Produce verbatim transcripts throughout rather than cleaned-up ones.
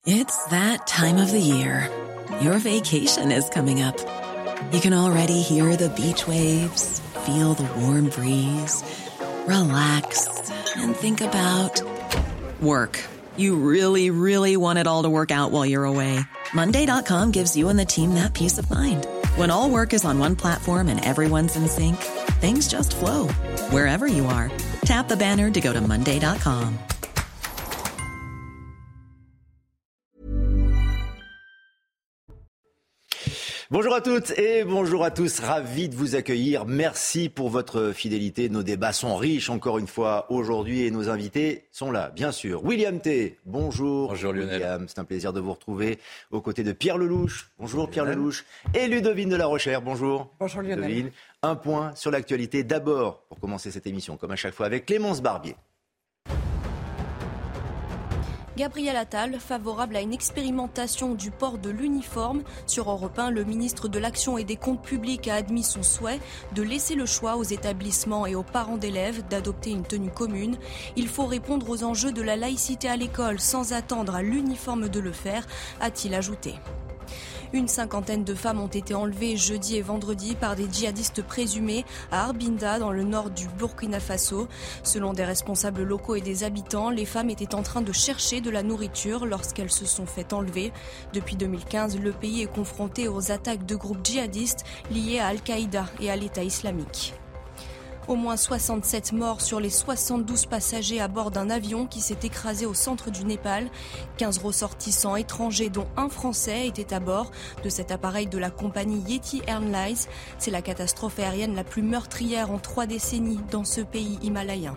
It's that time of the year. Your vacation is coming up. You can already hear the beach waves, feel the warm breeze, relax, and think about work. You really, really want it all to work out while you're away. Monday dot com gives you and the team that peace of mind. When all work is on one platform and everyone's in sync, things just flow. Wherever you are, tap the banner to go to Monday dot com. Bonjour à toutes et bonjour à tous, ravi de vous accueillir. Merci pour votre fidélité. Nos débats sont riches encore une fois aujourd'hui et nos invités sont là, bien sûr. William T, bonjour. Bonjour Lionel. William, c'est un plaisir de vous retrouver aux côtés de Pierre Lelouch. Bonjour Pierre Lelouch. Et Ludovine de la Rochère, bonjour. Bonjour Lionel. Ludovine, un point sur l'actualité. D'abord, pour commencer cette émission, comme à chaque fois, avec Clémence Barbier. Gabriel Attal, favorable à une expérimentation du port de l'uniforme. Sur Europe un, le ministre de l'Action et des Comptes publics a admis son souhait de laisser le choix aux établissements et aux parents d'élèves d'adopter une tenue commune. Il faut répondre aux enjeux de la laïcité à l'école sans attendre à l'uniforme de le faire, a-t-il ajouté. Une cinquantaine de femmes ont été enlevées jeudi et vendredi par des djihadistes présumés à Arbinda, dans le nord du Burkina Faso. Selon des responsables locaux et des habitants, les femmes étaient en train de chercher de la nourriture lorsqu'elles se sont fait enlever. Depuis deux mille quinze, le pays est confronté aux attaques de groupes djihadistes liés à Al-Qaïda et à l'État islamique. Au moins soixante-sept morts sur les soixante-douze passagers à bord d'un avion qui s'est écrasé au centre du Népal. quinze ressortissants étrangers, dont un Français, étaient à bord de cet appareil de la compagnie Yeti Airlines. C'est la catastrophe aérienne la plus meurtrière en trois décennies dans ce pays himalayen.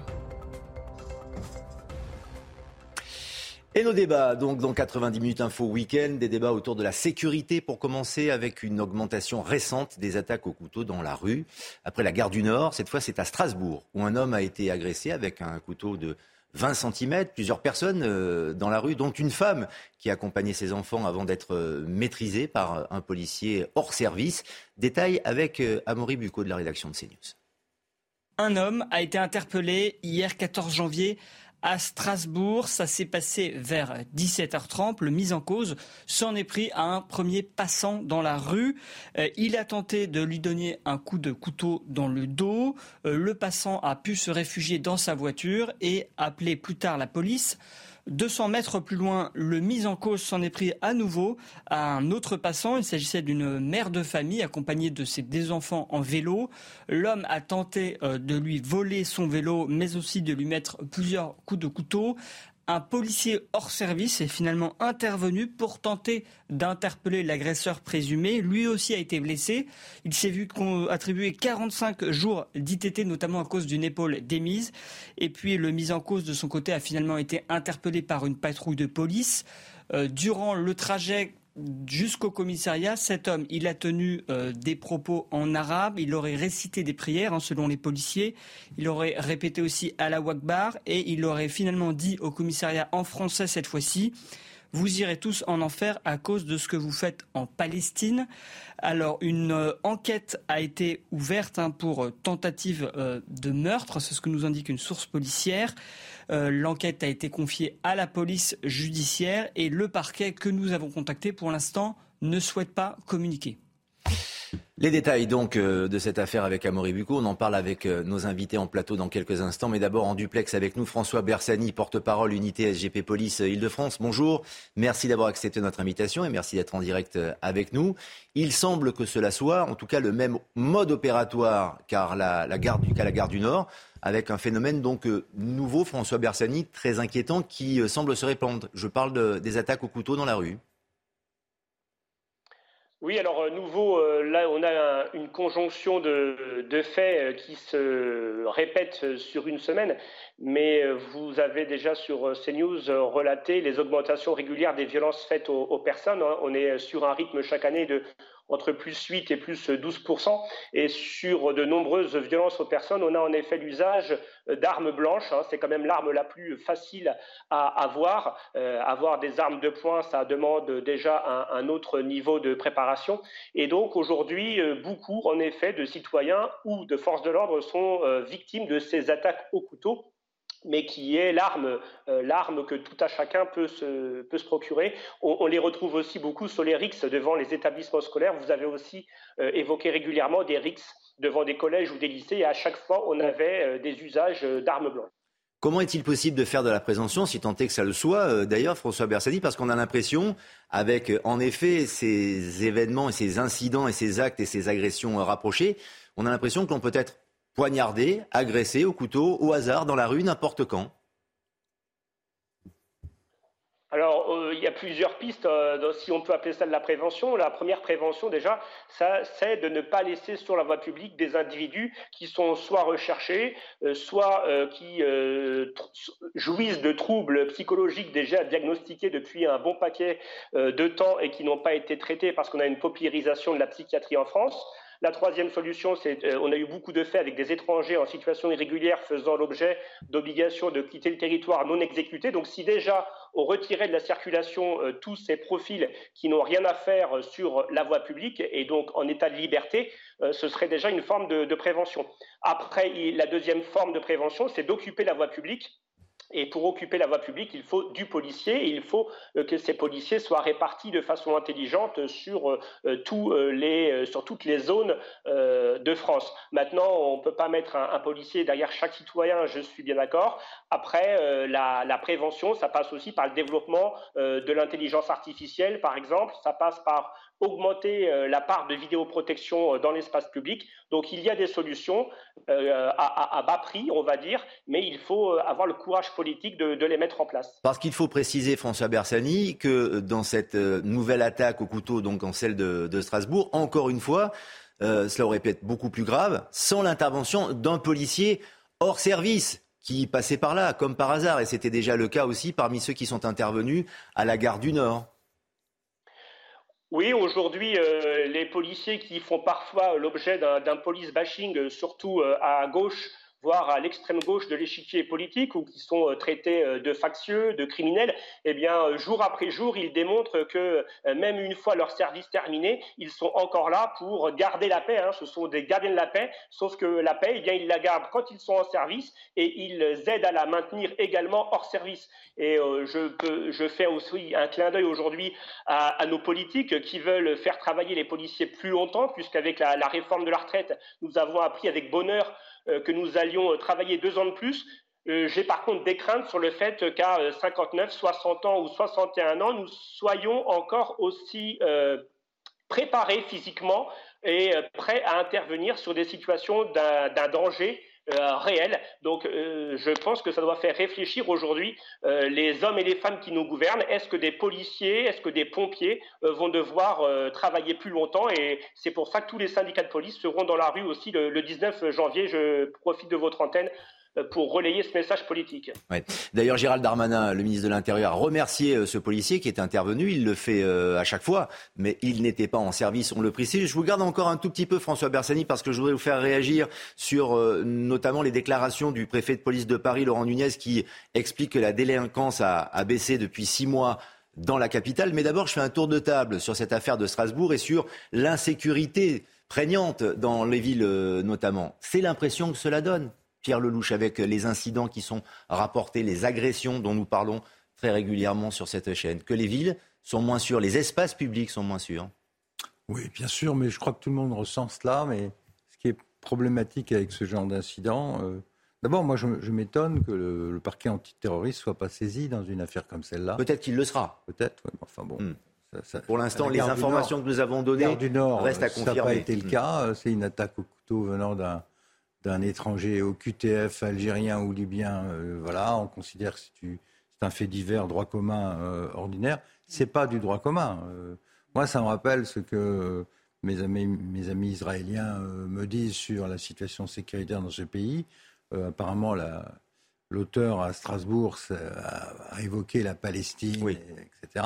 Et nos débats, donc dans quatre-vingt-dix minutes info week-end, des débats autour de la sécurité pour commencer avec une augmentation récente des attaques au couteau dans la rue. Après la gare du Nord, cette fois c'est à Strasbourg où un homme a été agressé avec un couteau de vingt centimètres. Plusieurs personnes euh, dans la rue, dont une femme qui accompagnait ses enfants avant d'être euh, maîtrisée par un policier hors service. Détail avec euh, Amaury Bucco de la rédaction de CNews. Un homme a été interpellé hier quatorze janvier à Strasbourg. Ça s'est passé vers dix-sept heures trente. Le mis en cause s'en est pris à un premier passant dans la rue. Euh, il a tenté de lui donner un coup de couteau dans le dos. Euh, le passant a pu se réfugier dans sa voiture et appeler plus tard la police. deux cents mètres plus loin, le mis en cause s'en est pris à nouveau à un autre passant. Il s'agissait d'une mère de famille accompagnée de ses deux enfants en vélo. L'homme a tenté de lui voler son vélo, mais aussi de lui mettre plusieurs coups de couteau. Un policier hors service est finalement intervenu pour tenter d'interpeller l'agresseur présumé. Lui aussi a été blessé. Il s'est vu attribuer quarante-cinq jours d'I T T, notamment à cause d'une épaule démise. Et puis le mis en cause de son côté a finalement été interpellé par une patrouille de police. Euh, durant le trajet jusqu'au commissariat, cet homme, il a tenu euh, des propos en arabe, il aurait récité des prières, hein, selon les policiers, il aurait répété aussi Allahu Akbar et il aurait finalement dit au commissariat en français cette fois-ci: vous irez tous en enfer à cause de ce que vous faites en Palestine. Alors, une euh, enquête a été ouverte hein, pour euh, tentative euh, de meurtre, c'est ce que nous indique une source policière. Euh, l'enquête a été confiée à la police judiciaire et le parquet que nous avons contacté pour l'instant ne souhaite pas communiquer. Les détails donc euh, de cette affaire avec Amaury Bucco, on en parle avec euh, nos invités en plateau dans quelques instants, mais d'abord en duplex avec nous François Bersani, porte-parole unité S G P Police Île-de-France. Bonjour, merci d'avoir accepté notre invitation et merci d'être en direct euh, avec nous. Il semble que cela soit en tout cas le même mode opératoire car la, la gare du, qu'à la gare du Nord, avec un phénomène donc euh, nouveau, François Bersani, très inquiétant qui euh, semble se répandre. Je parle de, des attaques au couteau dans la rue. Oui, alors euh, nouveau, euh, là on a un, une conjonction de, de faits euh, qui se répètent sur une semaine, mais euh, vous avez déjà sur euh, CNews euh, relaté les augmentations régulières des violences faites aux, aux personnes. Hein. On est sur un rythme chaque année de entre plus huit et plus douze pour cent. Et sur de nombreuses violences aux personnes, on a en effet l'usage d'armes blanches. Hein. C'est quand même l'arme la plus facile à avoir. Euh, avoir des armes de poing, ça demande déjà un, un autre niveau de préparation. Et donc aujourd'hui, beaucoup en effet de citoyens ou de forces de l'ordre sont euh, victimes de ces attaques au couteau. mais qui est l'arme, euh, l'arme que tout à chacun peut se, peut se procurer. On, on les retrouve aussi beaucoup sur les rixes devant les établissements scolaires. Vous avez aussi euh, évoqué régulièrement des rixes devant des collèges ou des lycées, et à chaque fois, on avait euh, des usages euh, d'armes blanches. Comment est-il possible de faire de la prévention, si tant est que ça le soit, euh, d'ailleurs, François Bersani, parce qu'on a l'impression, avec euh, en effet ces événements et ces incidents et ces actes et ces agressions euh, rapprochées, on a l'impression que l'on peut être poignardé, agressé au couteau, au hasard, dans la rue, n'importe quand. Alors, euh, il y a plusieurs pistes, euh, si on peut appeler ça de la prévention. La première prévention, déjà, ça, c'est de ne pas laisser sur la voie publique des individus qui sont soit recherchés, euh, soit euh, qui euh, tr- jouissent de troubles psychologiques déjà diagnostiqués depuis un bon paquet euh, de temps et qui n'ont pas été traités parce qu'on a une paupérisation de la psychiatrie en France. La troisième solution, c'est euh, on a eu beaucoup de faits avec des étrangers en situation irrégulière faisant l'objet d'obligations de quitter le territoire non exécutées. Donc si déjà on retirait de la circulation euh, tous ces profils qui n'ont rien à faire sur la voie publique et donc en état de liberté, euh, ce serait déjà une forme de, de prévention. Après, il, la deuxième forme de prévention, c'est d'occuper la voie publique. Et pour occuper la voie publique, il faut du policier et il faut euh, que ces policiers soient répartis de façon intelligente sur, euh, tous, euh, les, euh, sur toutes les zones euh, de France. Maintenant, on ne peut pas mettre un, un policier derrière chaque citoyen, je suis bien d'accord. Après, euh, la, la prévention, ça passe aussi par le développement euh, de l'intelligence artificielle, par exemple. Ça passe par augmenter euh, la part de vidéoprotection euh, dans l'espace public. Donc il y a des solutions euh, à, à, à bas prix, on va dire, mais il faut euh, avoir le courage politique de, de les mettre en place. Parce qu'il faut préciser, François Bersani, que dans cette euh, nouvelle attaque au couteau, donc en celle de, de Strasbourg, encore une fois, euh, cela aurait pu être beaucoup plus grave, sans l'intervention d'un policier hors service qui passait par là, comme par hasard. Et c'était déjà le cas aussi parmi ceux qui sont intervenus à la gare du Nord. Oui, aujourd'hui, euh, les policiers qui font parfois l'objet d'un, d'un police bashing, surtout euh, à gauche, voire à l'extrême gauche de l'échiquier politique, ou qui sont euh, traités euh, de factieux, de criminels, eh bien, euh, jour après jour, ils démontrent que euh, même une fois leur service terminé, ils sont encore là pour garder la paix. Hein. Ce sont des gardiens de la paix, sauf que la paix, eh bien, ils la gardent quand ils sont en service et ils aident à la maintenir également hors service. Et euh, je, peux, je fais aussi un clin d'œil aujourd'hui à, à nos politiques qui veulent faire travailler les policiers plus longtemps, puisqu'avec la, la réforme de la retraite, nous avons appris avec bonheur euh, que nous allions travailler deux ans de plus. Euh, j'ai par contre des craintes sur le fait qu'à cinquante-neuf, soixante ans ou soixante et un ans, nous soyons encore aussi euh, préparés physiquement et euh, prêts à intervenir sur des situations d'un, d'un danger Euh, réel. Donc euh, je pense que ça doit faire réfléchir aujourd'hui euh, les hommes et les femmes qui nous gouvernent. Est-ce que des policiers, est-ce que des pompiers euh, vont devoir euh, travailler plus longtemps? Et c'est pour ça que tous les syndicats de police seront dans la rue aussi le, le dix-neuf janvier. Je profite de votre antenne pour relayer ce message politique. Ouais. D'ailleurs, Gérald Darmanin, le ministre de l'Intérieur, a remercié ce policier qui est intervenu. Il le fait euh, à chaque fois, mais il n'était pas en service, on le précise. Je vous garde encore un tout petit peu, François Bersani, parce que je voudrais vous faire réagir sur euh, notamment les déclarations du préfet de police de Paris, Laurent Nunez, qui explique que la délinquance a, a baissé depuis six mois dans la capitale. Mais d'abord, je fais un tour de table sur cette affaire de Strasbourg et sur l'insécurité prégnante dans les villes euh, notamment. C'est l'impression que cela donne, Pierre Lelouch, avec les incidents qui sont rapportés, les agressions dont nous parlons très régulièrement sur cette chaîne, que les villes sont moins sûres, les espaces publics sont moins sûrs. Oui, bien sûr, mais je crois que tout le monde ressent cela. Mais ce qui est problématique avec ce genre d'incident, euh, d'abord, moi, je, je m'étonne que le, le parquet antiterroriste ne soit pas saisi dans une affaire comme celle-là. Peut-être qu'il le sera. Peut-être, oui, enfin bon. Hum. Ça, ça, Pour l'instant, les informations que nous avons données du Nord, restent à confirmer. Ça n'a pas été le cas. C'est une attaque au couteau venant d'un... d'un étranger au Q T F algérien ou libyen, euh, voilà, on considère que c'est, du, c'est un fait divers, droit commun euh, ordinaire. C'est pas du droit commun. Euh, moi, ça me rappelle ce que euh, mes amis, mes amis israéliens euh, me disent sur la situation sécuritaire dans ce pays. Euh, apparemment, la, l'auteur à Strasbourg a, a évoqué la Palestine, oui. et, etc.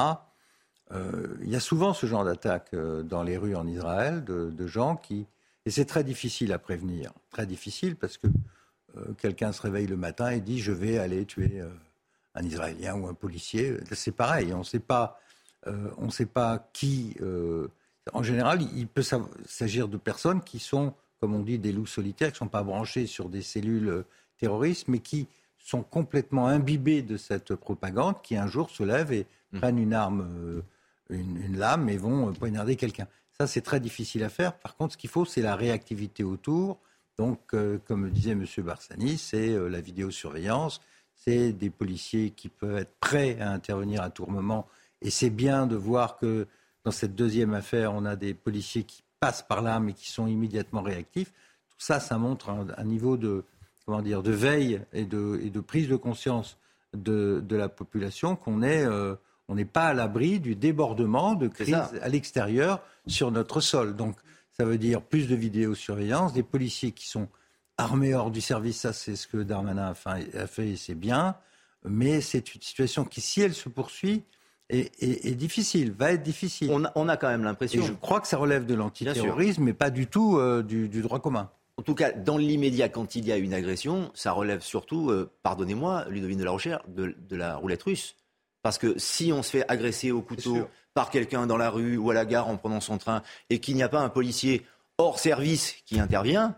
Euh, il y a souvent ce genre d'attaque euh, dans les rues en Israël, de, de gens qui... Et c'est très difficile à prévenir, très difficile parce que euh, quelqu'un se réveille le matin et dit je vais aller tuer euh, un Israélien ou un policier. C'est pareil, on ne sait pas, euh, on sait pas qui. Euh, en général, il peut s'agir de personnes qui sont, comme on dit, des loups solitaires, qui ne sont pas branchés sur des cellules terroristes, mais qui sont complètement imbibés de cette propagande qui un jour se lèvent et mmh. prennent une arme, euh, une, une lame et vont poignarder quelqu'un. Ça, c'est très difficile à faire. Par contre, ce qu'il faut, c'est la réactivité autour. Donc, euh, comme disait M. Barsani, c'est euh, la vidéosurveillance, c'est des policiers qui peuvent être prêts à intervenir à tout moment. Et c'est bien de voir que dans cette deuxième affaire, on a des policiers qui passent par là, mais qui sont immédiatement réactifs. Tout ça, ça montre un, un niveau de, comment dire, de veille et de, et de prise de conscience de, de la population qu'on est, euh, on n'est pas à l'abri du débordement de crise à l'extérieur sur notre sol. Donc, ça veut dire plus de vidéosurveillance, des policiers qui sont armés hors du service. Ça, c'est ce que Darmanin a fait, a fait et c'est bien. Mais c'est une situation qui, si elle se poursuit, est, est, est difficile, va être difficile. On a, on a quand même l'impression... Et je crois que ça relève de l'antiterrorisme, mais pas du tout euh, du, du droit commun. En tout cas, dans l'immédiat, quand il y a une agression, ça relève surtout, euh, pardonnez-moi, Ludovine de la Rochère, de, de la roulette russe. Parce que si on se fait agresser au couteau par quelqu'un dans la rue ou à la gare en prenant son train et qu'il n'y a pas un policier hors service qui intervient,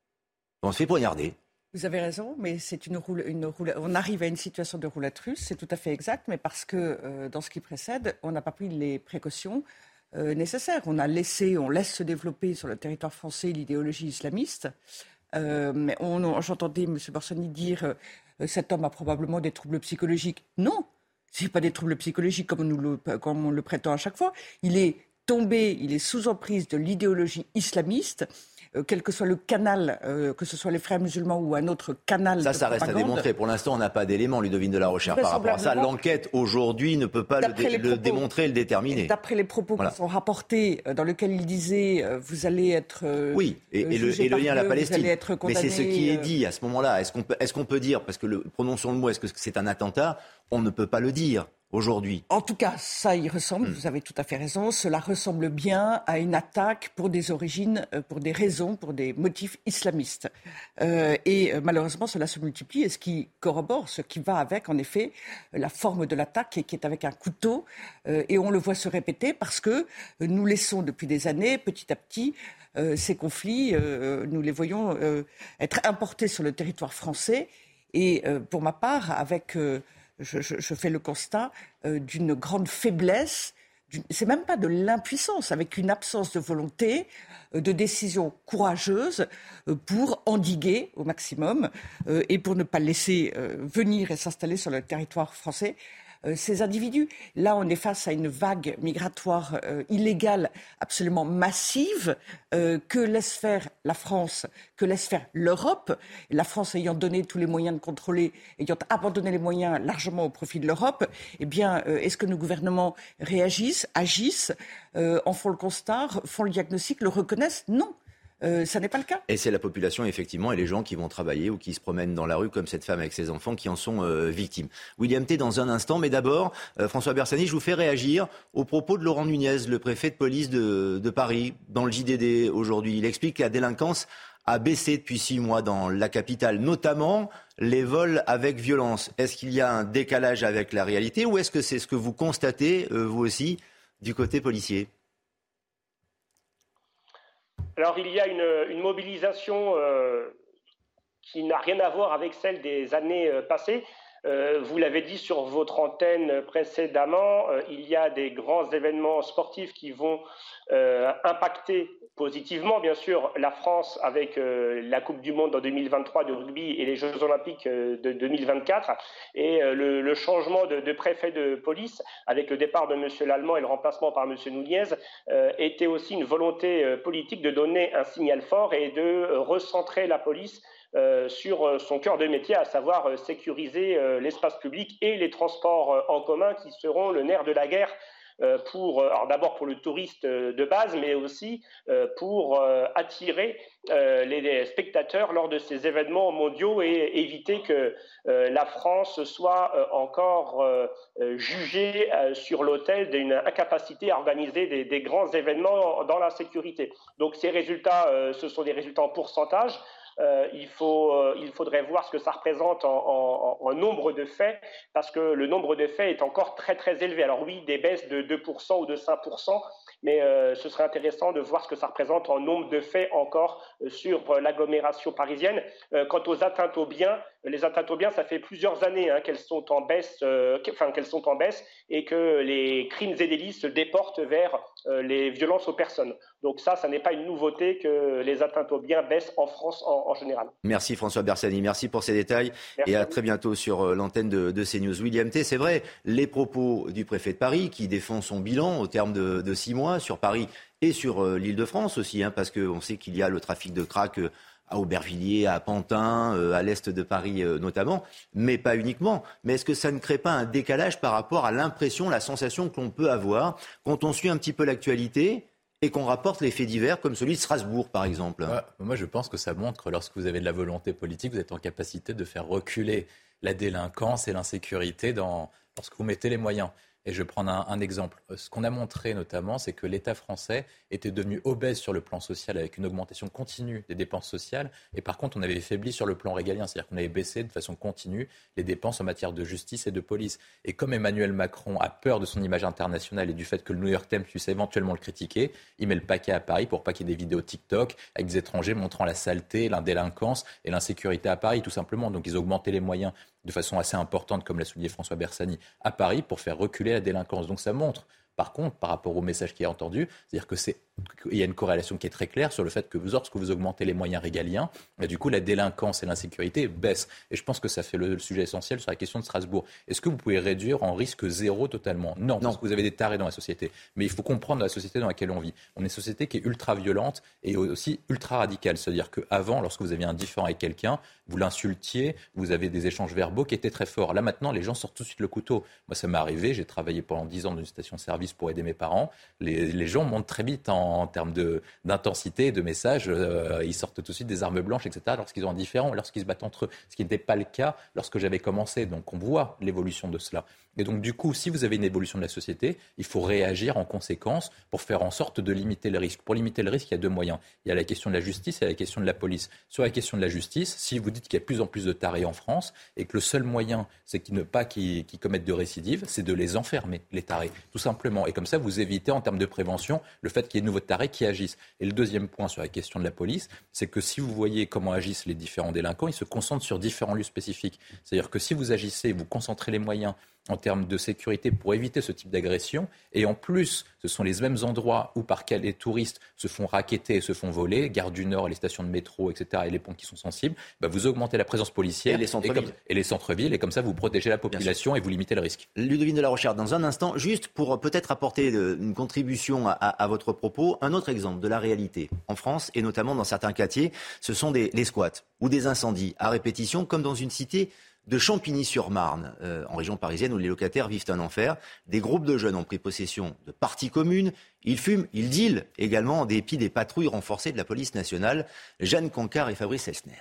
on se fait poignarder. Vous avez raison, mais c'est une roule, une roule, on arrive à une situation de roulette russe, c'est tout à fait exact, mais parce que euh, dans ce qui précède, on n'a pas pris les précautions euh, nécessaires. On a laissé, on laisse se développer sur le territoire français l'idéologie islamiste. Euh, mais on, on, j'entendais M. Barsani dire euh, cet homme a probablement des troubles psychologiques. Non, ce n'est pas des troubles psychologiques comme, nous le, comme on le prétend à chaque fois. Il est tombé, il est sous emprise de l'idéologie islamiste. Euh, quel que soit le canal, euh, que ce soit les frères musulmans ou un autre canal ça, de ça reste à démontrer. Pour l'instant, on n'a pas d'éléments, Ludovine de la Rochère, par rapport à ça. L'enquête, aujourd'hui, ne peut pas le, dé- le propos, démontrer, le déterminer. D'après les propos voilà. qui sont rapportés, euh, dans lesquels il disait euh, vous allez être euh, oui, et, et, le, et le lien à la Palestine. Mais c'est ce qui est dit à ce moment-là. Est-ce qu'on peut, est-ce qu'on peut dire, parce que le, prononçons le mot, est-ce que c'est un attentat ? On ne peut pas le dire. Aujourd'hui. En tout cas, ça y ressemble, mmh. vous avez tout à fait raison, cela ressemble bien à une attaque pour des origines, pour des raisons, pour des motifs islamistes. Euh, et euh, malheureusement, cela se multiplie, et ce qui corrobore, ce qui va avec, en effet, la forme de l'attaque, qui est avec un couteau, euh, et on le voit se répéter parce que nous laissons depuis des années, petit à petit, euh, ces conflits, euh, nous les voyons euh, être importés sur le territoire français, et euh, pour ma part, avec... Euh, Je, je, je fais le constat euh, d'une grande faiblesse, d'une, c'est même pas de l'impuissance, avec une absence de volonté, euh, de décision courageuse euh, pour endiguer au maximum euh, et pour ne pas laisser euh, venir et s'installer sur le territoire français euh, ces individus. Là, on est face à une vague migratoire euh, illégale absolument massive euh, que laisse faire la France, que laisse faire l'Europe. La France ayant donné tous les moyens de contrôler, ayant abandonné les moyens largement au profit de l'Europe, eh bien, euh, est-ce que nos gouvernements réagissent, agissent, euh, en font le constat, font le diagnostic, le reconnaissent ? Non. Euh, ça n'est pas le cas. Et c'est la population, effectivement, et les gens qui vont travailler ou qui se promènent dans la rue, comme cette femme avec ses enfants, qui en sont euh, victimes. William T, dans un instant, mais d'abord, euh, François Bersani, je vous fais réagir aux propos de Laurent Nunez, le préfet de police de, de Paris, dans le J D D aujourd'hui. Il explique que la délinquance a baissé depuis six mois dans la capitale, notamment les vols avec violence. Est-ce qu'il y a un décalage avec la réalité ou est-ce que c'est ce que vous constatez, euh, vous aussi, du côté policier ? Alors il y a une, une mobilisation euh, qui n'a rien à voir avec celle des années euh, passées. Euh, vous l'avez dit sur votre antenne précédemment, euh, il y a des grands événements sportifs qui vont euh, impacter positivement, bien sûr, la France avec euh, la Coupe du Monde en deux mille vingt-trois de rugby et les Jeux Olympiques euh, de deux mille vingt-quatre et euh, le, le changement de, de préfet de police avec le départ de M. Lallemand et le remplacement par M. Nunez euh, était aussi une volonté euh, politique de donner un signal fort et de euh, recentrer la police Euh, sur son cœur de métier, à savoir euh, sécuriser euh, l'espace public et les transports euh, en commun qui seront le nerf de la guerre euh, pour, euh, alors d'abord pour le touriste euh, de base, mais aussi euh, pour euh, attirer euh, les, les spectateurs lors de ces événements mondiaux et éviter que euh, la France soit euh, encore euh, jugée euh, sur l'autel d'une incapacité à organiser des, des grands événements dans la sécurité. Donc ces résultats, euh, ce sont des résultats en pourcentage. Euh, il, faut, euh, il faudrait voir ce que ça représente en, en, en nombre de faits, parce que le nombre de faits est encore très très élevé. Alors oui, des baisses de deux pour cent ou de cinq pour cent, mais euh, ce serait intéressant de voir ce que ça représente en nombre de faits encore euh, sur euh, l'agglomération parisienne. Euh, quant aux atteintes aux biens, les atteintes aux biens, ça fait plusieurs années hein, qu'elles sont en baisse, euh, enfin qu'elles sont en baisse, et que les crimes et délits se déportent vers euh, les violences aux personnes. Donc ça, ça n'est pas une nouveauté que les atteintes aux biens baissent en France en, en général. Merci François Bersani, merci pour ces détails. Merci et à, à très bientôt sur l'antenne de, de CNews. William T, c'est vrai, les propos du préfet de Paris qui défend son bilan au terme de, de six mois sur Paris et sur euh, l'Île-de-France aussi, hein, parce qu'on sait qu'il y a le trafic de crack euh, à Aubervilliers, à Pantin, euh, à l'est de Paris euh, notamment, mais pas uniquement. Mais est-ce que ça ne crée pas un décalage par rapport à l'impression, la sensation que l'on peut avoir quand on suit un petit peu l'actualité et qu'on rapporte les faits divers comme celui de Strasbourg, par exemple? Ouais, moi, je pense que ça montre que lorsque vous avez de la volonté politique, vous êtes en capacité de faire reculer la délinquance et l'insécurité dans... lorsque vous mettez les moyens. Et je vais prendre un, un exemple. Ce qu'on a montré notamment, c'est que l'État français était devenu obèse sur le plan social avec une augmentation continue des dépenses sociales. Et par contre, on avait faibli sur le plan régalien. C'est-à-dire qu'on avait baissé de façon continue les dépenses en matière de justice et de police. Et comme Emmanuel Macron a peur de son image internationale et du fait que le New York Times puisse éventuellement le critiquer, il met le paquet à Paris pour pas qu'il y ait des vidéos TikTok avec des étrangers montrant la saleté, la délinquance et l'insécurité à Paris, tout simplement. Donc ils ont augmenté les moyens de façon assez importante, comme l'a souligné François Bersani, à Paris pour faire reculer la délinquance. Donc ça montre, par contre, par rapport au message qui est entendu, c'est-à-dire que c'est, il y a une corrélation qui est très claire sur le fait que vous, lorsque vous augmentez les moyens régaliens, bah, du coup la délinquance et l'insécurité baissent. Et je pense que ça fait le, le sujet essentiel sur la question de Strasbourg. Est-ce que vous pouvez réduire en risque zéro totalement ? Non, non, parce que vous avez des tarés dans la société. Mais il faut comprendre la société dans laquelle on vit. On est une société qui est ultra violente et aussi ultra radicale. C'est-à-dire qu'avant, lorsque vous aviez un différend avec quelqu'un, vous l'insultiez, vous avez des échanges verbaux qui étaient très forts. Là maintenant, les gens sortent tout de suite le couteau. Moi, ça m'est arrivé, j'ai travaillé pendant dix ans dans une station-service pour aider mes parents. Les, les gens montent très vite en, en termes de, d'intensité, de messages. Euh, ils sortent tout de suite des armes blanches, et cetera, lorsqu'ils ont un différend, lorsqu'ils se battent entre eux. Ce qui n'était pas le cas lorsque j'avais commencé. Donc on voit l'évolution de cela. Et donc du coup, si vous avez une évolution de la société, il faut réagir en conséquence pour faire en sorte de limiter le risque. Pour limiter le risque, il y a deux moyens. Il y a la question de la justice et la question de la police. Sur la question de la justice, si vous dites qu'il y a de plus en plus de tarés en France et que le seul moyen, c'est qu'ils ne pas qu'ils, qu'ils commettent de récidive, c'est de les enfermer, les tarés, tout simplement. Et comme ça, vous évitez en termes de prévention le fait qu'il y ait de nouveaux tarés qui agissent. Et le deuxième point sur la question de la police, c'est que si vous voyez comment agissent les différents délinquants, ils se concentrent sur différents lieux spécifiques. C'est-à-dire que si vous agissez, vous concentrez les moyens en termes de sécurité pour éviter ce type d'agression. Et en plus, ce sont les mêmes endroits où par les touristes se font racketter et se font voler, Gare du Nord, les stations de métro, et cetera, et les ponts qui sont sensibles, bah vous augmentez la présence policière et les centres-villes. Et, comme, et les centres-villes, et comme ça vous protégez la population et vous limitez le risque. Ludovine de la Rochère, dans un instant, juste pour peut-être apporter une contribution à, à, à votre propos, un autre exemple de la réalité en France, et notamment dans certains quartiers, ce sont des, les squats ou des incendies à répétition, comme dans une cité de Champigny-sur-Marne, euh, en région parisienne, où les locataires vivent un enfer. Des groupes de jeunes ont pris possession de parties communes. Ils fument, ils dealent également en dépit des patrouilles renforcées de la police nationale. Jeanne Cancard et Fabrice Elsner.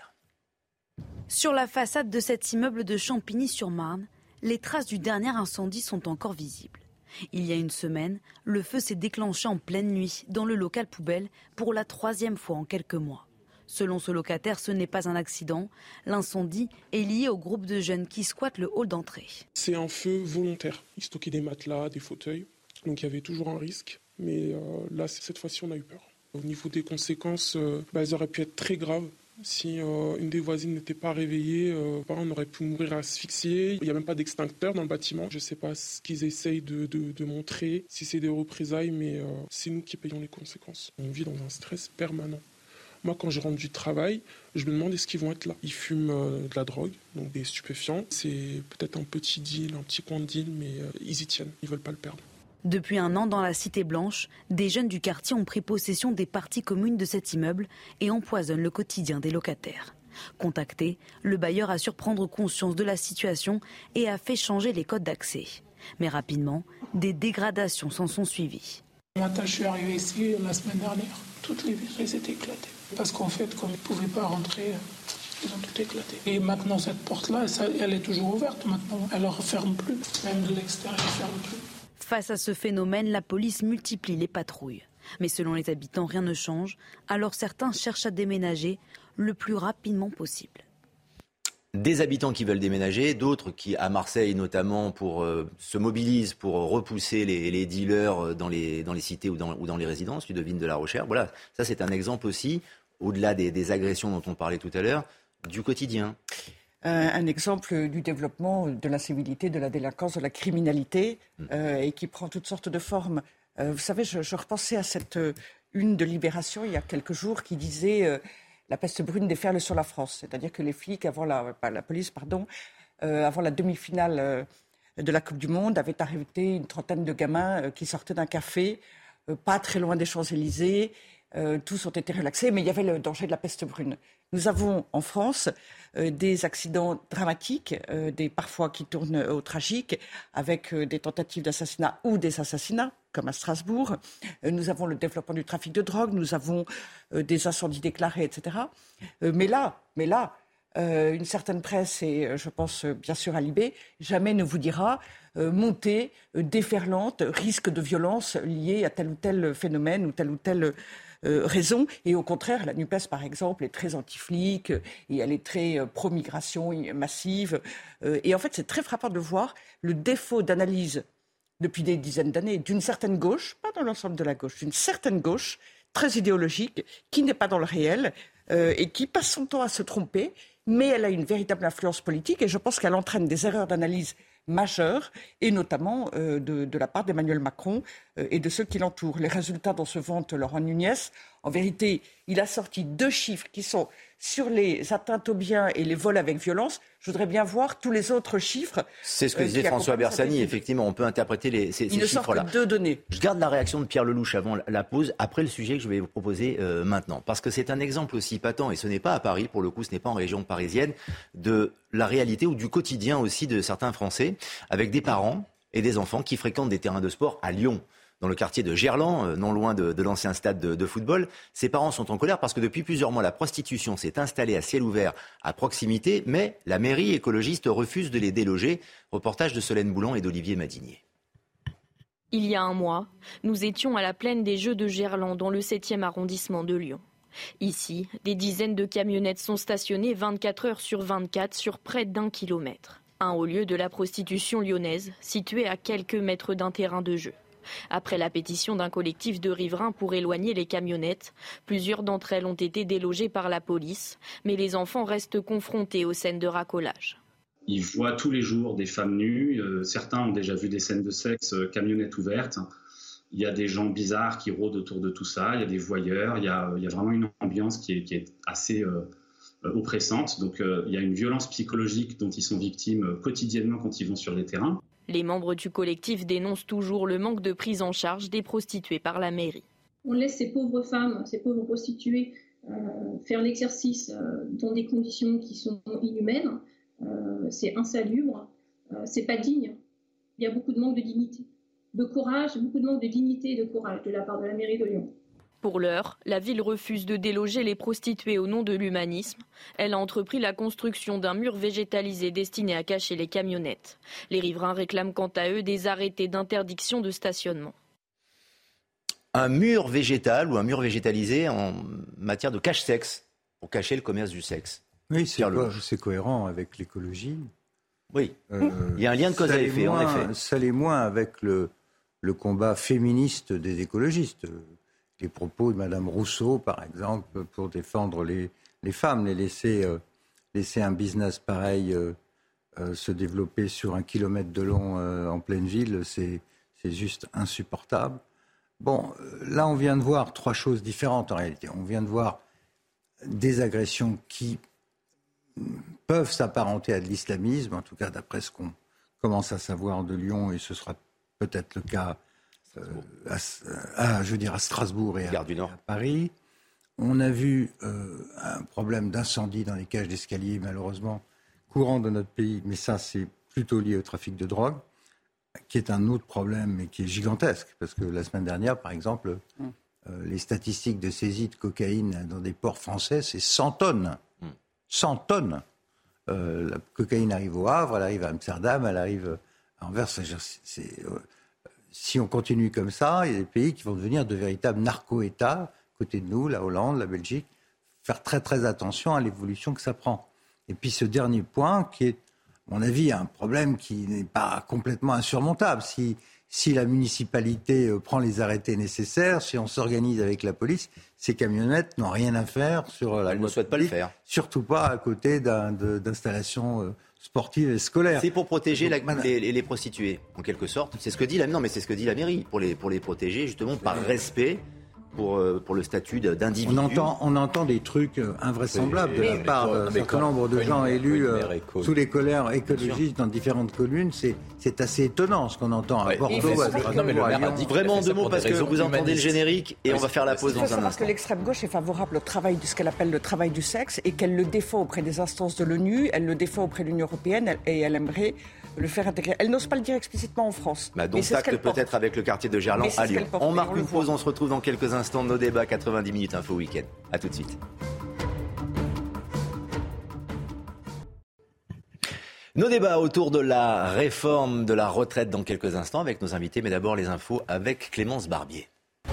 Sur la façade de cet immeuble de Champigny-sur-Marne, les traces du dernier incendie sont encore visibles. Il y a une semaine, le feu s'est déclenché en pleine nuit dans le local poubelle pour la troisième fois en quelques mois. Selon ce locataire, ce n'est pas un accident. L'incendie est lié au groupe de jeunes qui squattent le hall d'entrée. C'est un feu volontaire. Ils stockaient des matelas, des fauteuils. Donc il y avait toujours un risque. Mais euh, là, cette fois-ci, on a eu peur. Au niveau des conséquences, euh, bah, elles auraient pu être très graves. Si euh, une des voisines n'était pas réveillée, euh, on aurait pu mourir asphyxié. Il n'y a même pas d'extincteur dans le bâtiment. Je ne sais pas ce qu'ils essayent de, de, de montrer, si c'est des représailles, mais euh, c'est nous qui payons les conséquences. On vit dans un stress permanent. Moi, quand je rentre du travail, je me demande est-ce qu'ils vont être là. Ils fument euh, de la drogue, donc des stupéfiants. C'est peut-être un petit deal, un petit coin de deal, mais euh, ils y tiennent. Ils ne veulent pas le perdre. Depuis un an, dans la Cité Blanche, des jeunes du quartier ont pris possession des parties communes de cet immeuble et empoisonnent le quotidien des locataires. Contacté, le bailleur assure prendre conscience de la situation et a fait changer les codes d'accès. Mais rapidement, des dégradations s'en sont suivies. Matin, je suis arrivé ici la semaine dernière. Toutes les vitres étaient éclatées. Parce qu'en fait, comme ils ne pouvaient pas rentrer, ils ont tout éclaté. Et maintenant, cette porte-là, elle est toujours ouverte. Maintenant, elle ne referme plus. Même de l'extérieur, elle ne ferme plus. Face à ce phénomène, la police multiplie les patrouilles. Mais selon les habitants, rien ne change. Alors certains cherchent à déménager le plus rapidement possible. Des habitants qui veulent déménager, d'autres qui, à Marseille notamment, pour, euh, se mobilisent pour repousser les, les dealers dans les, dans les cités ou dans, ou dans les résidences, Ludovine de la Rochère. Voilà, ça c'est un exemple aussi, au-delà des, des agressions dont on parlait tout à l'heure, du quotidien. un, un exemple du développement de l'incivilité, de la délinquance, de la criminalité, euh, et qui prend toutes sortes de formes. Euh, vous savez, je, je repensais à cette euh, une de Libération il y a quelques jours qui disait euh, la peste brune déferle sur la France. C'est-à-dire que les flics, avant la, pas la police, pardon, euh, avant la demi-finale euh, de la Coupe du Monde, avaient arrêté une trentaine de gamins euh, qui sortaient d'un café, euh, pas très loin des Champs-Élysées. Euh, tous ont été relaxés, mais il y avait le danger de la peste brune. Nous avons en France euh, des accidents dramatiques, euh, des parfois qui tournent au tragique, avec euh, des tentatives d'assassinat ou des assassinats, comme à Strasbourg. Euh, nous avons le développement du trafic de drogue, nous avons euh, des incendies déclarés, et cetera. Euh, mais là, mais là, euh, une certaine presse, et euh, je pense euh, bien sûr à Libé, jamais ne vous dira euh, montée, euh, déferlante, risque de violence lié à tel ou tel phénomène ou tel ou tel Euh, raison. Et au contraire, la NUPES, par exemple, est très anti-flic euh, et elle est très euh, pro-migration massive. Euh, et en fait, c'est très frappant de voir le défaut d'analyse depuis des dizaines d'années d'une certaine gauche, pas dans l'ensemble de la gauche, d'une certaine gauche très idéologique qui n'est pas dans le réel euh, et qui passe son temps à se tromper, mais elle a une véritable influence politique et je pense qu'elle entraîne des erreurs d'analyse majeure, et notamment euh, de, de la part d'Emmanuel Macron euh, et de ceux qui l'entourent. Les résultats dont se vante Laurent Nunez, en vérité, il a sorti deux chiffres qui sont sur les atteintes aux biens et les vols avec violence. Je voudrais bien voir tous les autres chiffres. C'est ce que euh, disait François Bersani. Effectivement, on peut interpréter les, ces, ces chiffres-là. Il ne sort que deux données. Je garde la réaction de Pierre Lelouch avant la pause, après le sujet que je vais vous proposer euh, maintenant. Parce que c'est un exemple aussi patent, et ce n'est pas à Paris, pour le coup, ce n'est pas en région parisienne, de la réalité ou du quotidien aussi de certains Français, avec des parents et des enfants qui fréquentent des terrains de sport à Lyon, dans le quartier de Gerland, non loin de, de l'ancien stade de, de football. Ces parents sont en colère parce que depuis plusieurs mois, la prostitution s'est installée à ciel ouvert à proximité, mais la mairie écologiste refuse de les déloger. Reportage de Solène Boulan et d'Olivier Madinier. Il y a un mois, nous étions à la plaine des Jeux de Gerland, dans le septième arrondissement de Lyon. Ici, des dizaines de camionnettes sont stationnées vingt-quatre heures sur vingt-quatre sur près d'un kilomètre. Un haut lieu de la prostitution lyonnaise, situé à quelques mètres d'un terrain de jeu. Après la pétition d'un collectif de riverains pour éloigner les camionnettes, plusieurs d'entre elles ont été délogées par la police, mais les enfants restent confrontés aux scènes de racolage. Ils voient tous les jours des femmes nues, euh, certains ont déjà vu des scènes de sexe, euh, camionnettes ouvertes. Il y a des gens bizarres qui rôdent autour de tout ça, il y a des voyeurs, il y a, il y a vraiment une ambiance qui est, qui est assez euh, oppressante. Donc euh, il y a une violence psychologique dont ils sont victimes quotidiennement quand ils vont sur les terrains. Les membres du collectif dénoncent toujours le manque de prise en charge des prostituées par la mairie. On laisse ces pauvres femmes, ces pauvres prostituées euh, faire l'exercice euh, dans des conditions qui sont inhumaines. Euh, c'est insalubre, euh, c'est pas digne. Il y a beaucoup de manque de dignité, de courage, beaucoup de manque de dignité et de courage de la part de la mairie de Lyon. Pour l'heure, la ville refuse de déloger les prostituées au nom de l'humanisme. Elle a entrepris la construction d'un mur végétalisé destiné à cacher les camionnettes. Les riverains réclament quant à eux des arrêtés d'interdiction de stationnement. Un mur végétal ou un mur végétalisé en matière de cache-sexe, pour cacher le commerce du sexe. Oui, c'est, co- c'est cohérent avec l'écologie. Oui, euh, il y a un lien de cause à effet, moins, en effet. Ça l'est moins avec le, le combat féministe des écologistes. Les propos de Mme Rousseau, par exemple, pour défendre les, les femmes, les laisser, euh, laisser un business pareil euh, euh, se développer sur un kilomètre de long euh, en pleine ville, c'est, c'est juste insupportable. Bon, là, on vient de voir trois choses différentes en réalité. On vient de voir des agressions qui peuvent s'apparenter à de l'islamisme, en tout cas d'après ce qu'on commence à savoir de Lyon, et ce sera peut-être le cas euh, à, à, je veux dire à Strasbourg et à, à Paris. On a vu euh, un problème d'incendie dans les cages d'escalier, malheureusement, courant de notre pays, mais ça, c'est plutôt lié au trafic de drogue, qui est un autre problème, mais qui est gigantesque, parce que la semaine dernière, par exemple, mmh. euh, les statistiques de saisie de cocaïne dans des ports français, c'est cent tonnes. Mmh. cent tonnes. Euh, la cocaïne arrive au Havre, elle arrive à Amsterdam, elle arrive à Anvers. C'est, c'est, euh, si on continue comme ça, il y a des pays qui vont devenir de véritables narco-États, côté de nous, la Hollande, la Belgique. Faire très très attention à l'évolution que ça prend. Et puis ce dernier point, qui est, à mon avis, un problème qui n'est pas complètement insurmontable. Si, si la municipalité euh, prend les arrêtés nécessaires, si on s'organise avec la police, ces camionnettes n'ont rien à faire sur la Elles voie ne souhaitent pas le faire. Surtout pas à côté d'un, de, d'installations euh, sportives et scolaires. C'est pour protéger Donc, la, madame... les, les prostituées, en quelque sorte. C'est ce que dit la, non, mais c'est ce que dit la mairie, pour les, pour les protéger, justement, par respect pour, euh, pour le statut d'individu. On entend, on entend des trucs invraisemblables oui, de la part d'un certain nombre de gens élus euh, sous les colères écologistes dans différentes communes. C'est, c'est assez étonnant ce qu'on entend à ouais, Bordeaux. À non, mais le maire a dit vraiment deux mots parce que vous entendez le générique et oui, on va faire la pause dans un instant. Parce que l'extrême gauche est favorable au travail de ce qu'elle appelle le travail du sexe et qu'elle le défend auprès des instances de l'ONU, elle le défend auprès de l'Union européenne et elle aimerait le faire intégrer. Elle n'ose pas le dire explicitement en France. Bah donc acte peut-être avec le quartier de Gerland à Lyon. On marque une pause, on se retrouve dans quelques instants de nos débats quatre-vingt-dix minutes Info Week-end. A tout de suite. Nos débats autour de la réforme de la retraite dans quelques instants avec nos invités, mais d'abord les infos avec Clémence Barbier.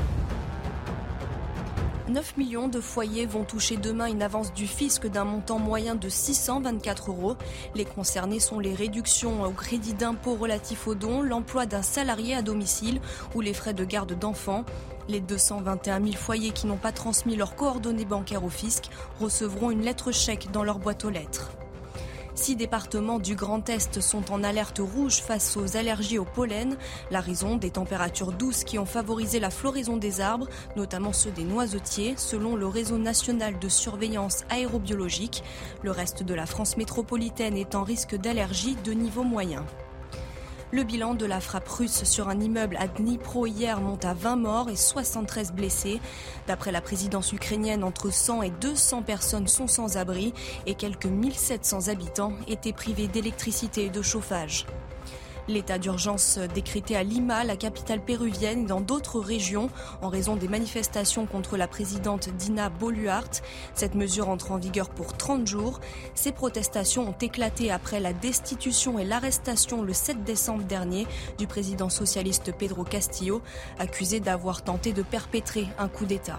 neuf millions de foyers vont toucher demain une avance du fisc d'un montant moyen de six cent vingt-quatre euros. Les concernés sont les réductions au crédit d'impôt relatif aux dons, l'emploi d'un salarié à domicile ou les frais de garde d'enfants. Les deux cent vingt et un mille foyers qui n'ont pas transmis leurs coordonnées bancaires au fisc recevront une lettre chèque dans leur boîte aux lettres. Six départements du Grand Est sont en alerte rouge face aux allergies au pollen. La raison, des températures douces qui ont favorisé la floraison des arbres, notamment ceux des noisetiers, selon le réseau national de surveillance aérobiologique. Le reste de la France métropolitaine est en risque d'allergie de niveau moyen. Le bilan de la frappe russe sur un immeuble à Dnipro hier monte à vingt morts et soixante-treize blessés. D'après la présidence ukrainienne, entre cent et deux cents personnes sont sans abri et quelques mille sept cents habitants étaient privés d'électricité et de chauffage. L'état d'urgence décrété à Lima, la capitale péruvienne, et dans d'autres régions en raison des manifestations contre la présidente Dina Boluarte. Cette mesure entre en vigueur pour trente jours. Ces protestations ont éclaté après la destitution et l'arrestation le sept décembre dernier du président socialiste Pedro Castillo, accusé d'avoir tenté de perpétrer un coup d'État.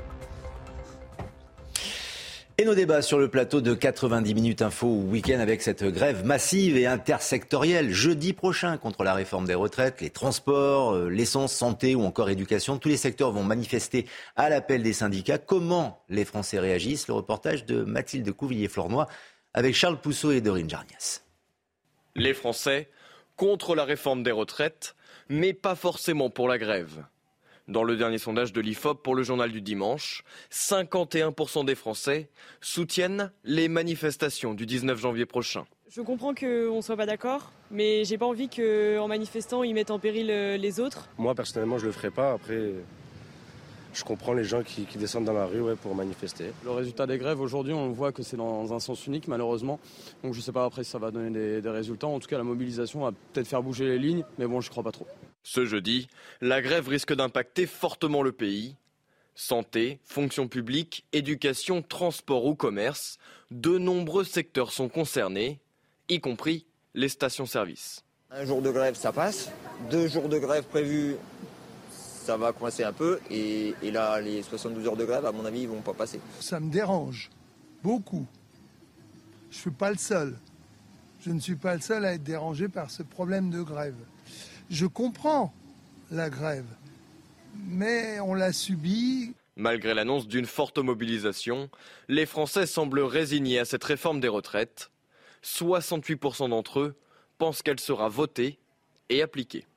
Et nos débats sur le plateau de quatre-vingt-dix minutes Info Week-end avec cette grève massive et intersectorielle jeudi prochain contre la réforme des retraites, les transports, l'essence, santé ou encore éducation. Tous les secteurs vont manifester à l'appel des syndicats. Comment les Français réagissent ? Le reportage de Mathilde Couvillier-Flornoy avec Charles Pousseau et Dorine Jarnias. Les Français contre la réforme des retraites, mais pas forcément pour la grève. Dans le dernier sondage de l'I F O P pour le journal du dimanche, cinquante et un pour cent des Français soutiennent les manifestations du dix-neuf janvier prochain. Je comprends qu'on ne soit pas d'accord, mais j'ai pas envie qu'en manifestant, ils mettent en péril les autres. Moi, personnellement, je le ferai pas. Après, je comprends les gens qui, qui descendent dans la rue ouais, pour manifester. Le résultat des grèves, aujourd'hui, on voit que c'est dans un sens unique, malheureusement. Donc je ne sais pas après si ça va donner des, des résultats. En tout cas, la mobilisation va peut-être faire bouger les lignes, mais bon, je ne crois pas trop. Ce jeudi, la grève risque d'impacter fortement le pays. Santé, fonction publique, éducation, transport ou commerce, de nombreux secteurs sont concernés, y compris les stations-service. Un jour de grève, ça passe. Deux jours de grève prévus, ça va coincer un peu. Et, et là, les soixante-douze heures de grève, à mon avis, ils ne vont pas passer. Ça me dérange beaucoup. Je ne suis pas le seul. Je ne suis pas le seul à être dérangé par ce problème de grève. Je comprends la grève, mais on l'a subie. Malgré l'annonce d'une forte mobilisation, les Français semblent résignés à cette réforme des retraites. soixante-huit pour cent d'entre eux pensent qu'elle sera votée et appliquée.